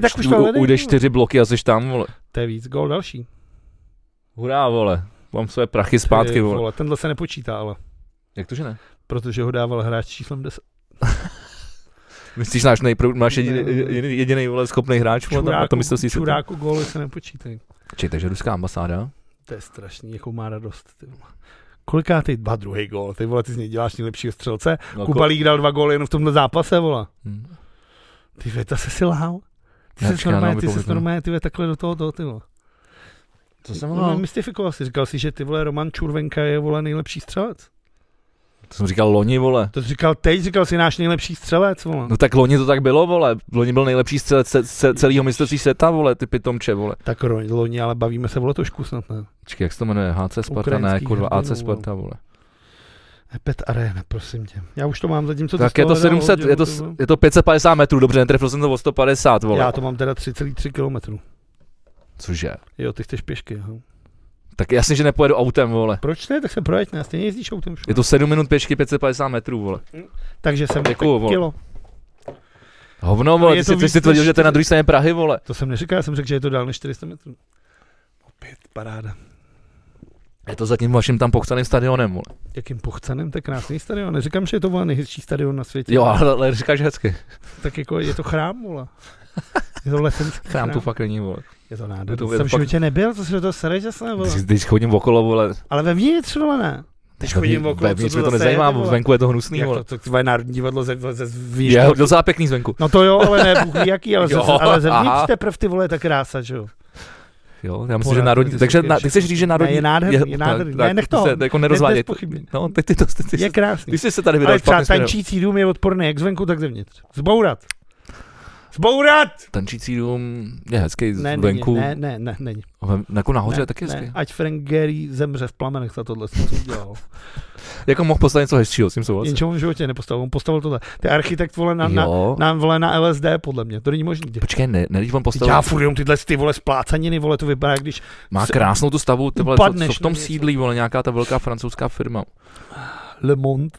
4 bloky a jsi tam, vole. To je víc, gól další. Hurá, vole, mám své prachy zpátky, vole. Tenhle se nepočítá, ale. Jak to, že ne? Protože ho dával hráč číslem 10. Myslíš, máš jediný, vole, schopný hráč, vole, na to mistrovství světa? Čuráku góly se nepočítají. Takže ruská ambasáda? To je strašný, jakou má radost, ty vole. Kolikátej druhý gól, ty vole, ty z něj děláš nejlepšího střelce. No, Kubalík dal 2 góly jenom v tomhle zápase, vole. Ty věta se si lhal. Ty jsi normálně, ty takhle do toho, ty vole. Co jsem lhal? Mystifikoval si, říkal si, že ty vole Roman Čurvenka je, vole, nejlepší střelec. To jsem říkal loni, vole. To jsi říkal teď, říkal jsi náš nejlepší střelec, vole. No tak loni to tak bylo, vole. Loni byl nejlepší střelec celého mistrovství světa, vole, ty pitomče, vole. Tak loni, ale bavíme se, vole, trošku snad, ne? Počkej, jak se to jmenuje? HC Sparta, ne, kurva, AC Sparta, vole. Epet Arena, prosím tě. Já už to mám zatím, co tak je to 700, je to 550 metrů, dobře, netrefil jsem to o 150, vole. Já to mám teda 3,3 kilometrů. Cože? Jo, ty chceš pěšky, aha. Tak jasně, že nepojedu autem, vole. Proč ne? Tak se projeď, ne? Stejně jezdíš autem. Je to 7 minut pěšky, 550 metrů, vole. Takže jsem děkuju, kilo. Hovno, vole, ty jsi tvrdil, že to je na druhé straně Prahy, vole. To jsem neříkal, já jsem řekl, že je to dál než 400 metrů. Opět paráda. Je to za tím vaším tam pochcaným stadionem, vole. Jakým pochcaným? To je krásný stadion. Neříkám, že je to, vole, nejhezčí stadion na světě. Jo, ale říkáš hezky. Tak jako je to chrám, vole. Je to lesenský chrám. Tu fakt není, vole. Je to nádherný. Jsem v životě nebyl, co si do toho sereš zase, vole. Teď chodím okolo, vole. Ale vevnitř, vole, ne. Teď chodím okolo, vevnitř mi to nezajímá, venku je to hnusný, vole. To tvoje národní divadlo ze je docela pěkný zvenku. No to jo, ale ne, Bůh ví jaký, ale zevnitř teprve ty, vole, ta krása, že jo. Jo, já myslím, že národní, takže ty chceš říct, že národní... Je nádherný. Ne, nech to. Jako nerozváděj. No, ty je krásný. Ty jsi se tady vydal špatně směrem. Ale tančící dům je odporný jak zvenku, tak zevnitř. Zbourat. Zbourat! Tančící dům je hezký venku. Ne, není. Jako nahoře je taky hezký. Ať Frank Gehry zemře v plamenech za tohle, co udělal. Jako mohl postavit něco hezčího, s tím souhlasím. Jenže on v životě nepostavil, on postavil tohle. Ty architekt vole na LSD, podle mě, to není možný. Počkej, když on postavil... Já furt jenom tyhle ty vole splácaniny, vole, to vypadá, když... Má krásnou tu stavu, ty vole, co v tom sídlí, vole, nějaká ta velká francouzská firma. Le Monde.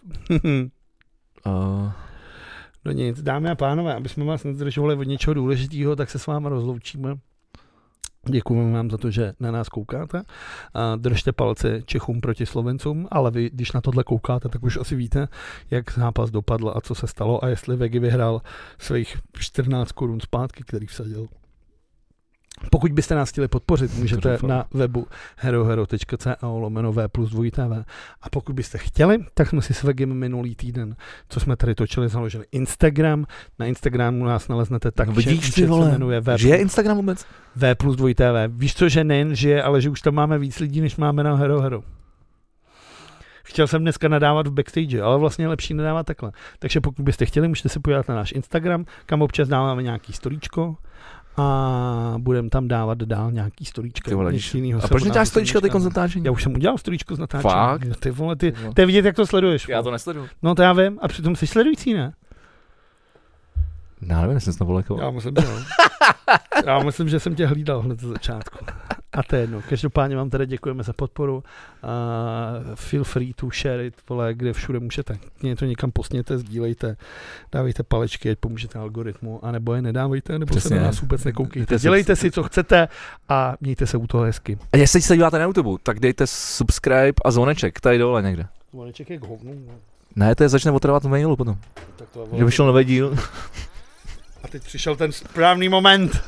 No nic, dámy a pánové, aby jsme vás nezdržovali od něčeho důležitého, tak se s váma rozloučíme. Děkujeme vám za to, že na nás koukáte. Držte palce Čechům proti Slovencům, ale vy, když na tohle koukáte, tak už asi víte, jak zápas dopadl a co se stalo a jestli Vegy vyhrál svých 14 korun zpátky, který vsadil. Pokud byste nás chtěli podpořit, můžete na webu herohero.co/v+2tv. A pokud byste chtěli, tak jsme si s Vegem minulý týden, co jsme tady točili, založili Instagram. Na Instagramu nás naleznete tak, vidíš, že se jmenuje žije Instagram vůbec? V+2tv. Víš co, že nejen žije, ale že už tam máme víc lidí, než máme na Hero. Chtěl jsem dneska nadávat v backstage, ale vlastně je lepší nadávat takhle. Takže pokud byste chtěli, můžete se podívat na náš Instagram, kam občas dáváme nějaký storíčko. A budeme tam dávat dál nějaký storíčka. A proč neděláš storíčka ty koncentáčení? Já už jsem udělal storíčko z natáčení. Fakt? No ty vole, to je vidět, jak to sleduješ. Já to nesleduju. No to já vím, a přitom jsi sledující, ne? Já nevím, jestli jsi to volikoval. Já myslím, že jsem tě hlídal hned ze začátku. A to je jedno. Každopádně vám tady děkujeme za podporu. Feel free to share it, vole, kde všude můžete. Mě to někam postněte, sdílejte, dávejte palečky, ať pomůžete algoritmu, anebo je nedávejte, nebo přesně, se na nás vůbec nekoukejte. Dělejte si, co chcete a mějte se u toho hezky. A jestli se díváte na YouTube, tak dejte subscribe a zvoneček tady dole někde. Zvoneček je k hovnu. Ne, to je začne otravovat v mailu potom. Že vyšel nový díl. A teď přišel ten správný moment.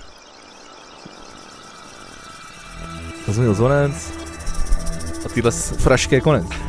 Zazvonil zvonec a týhle frašky je konec.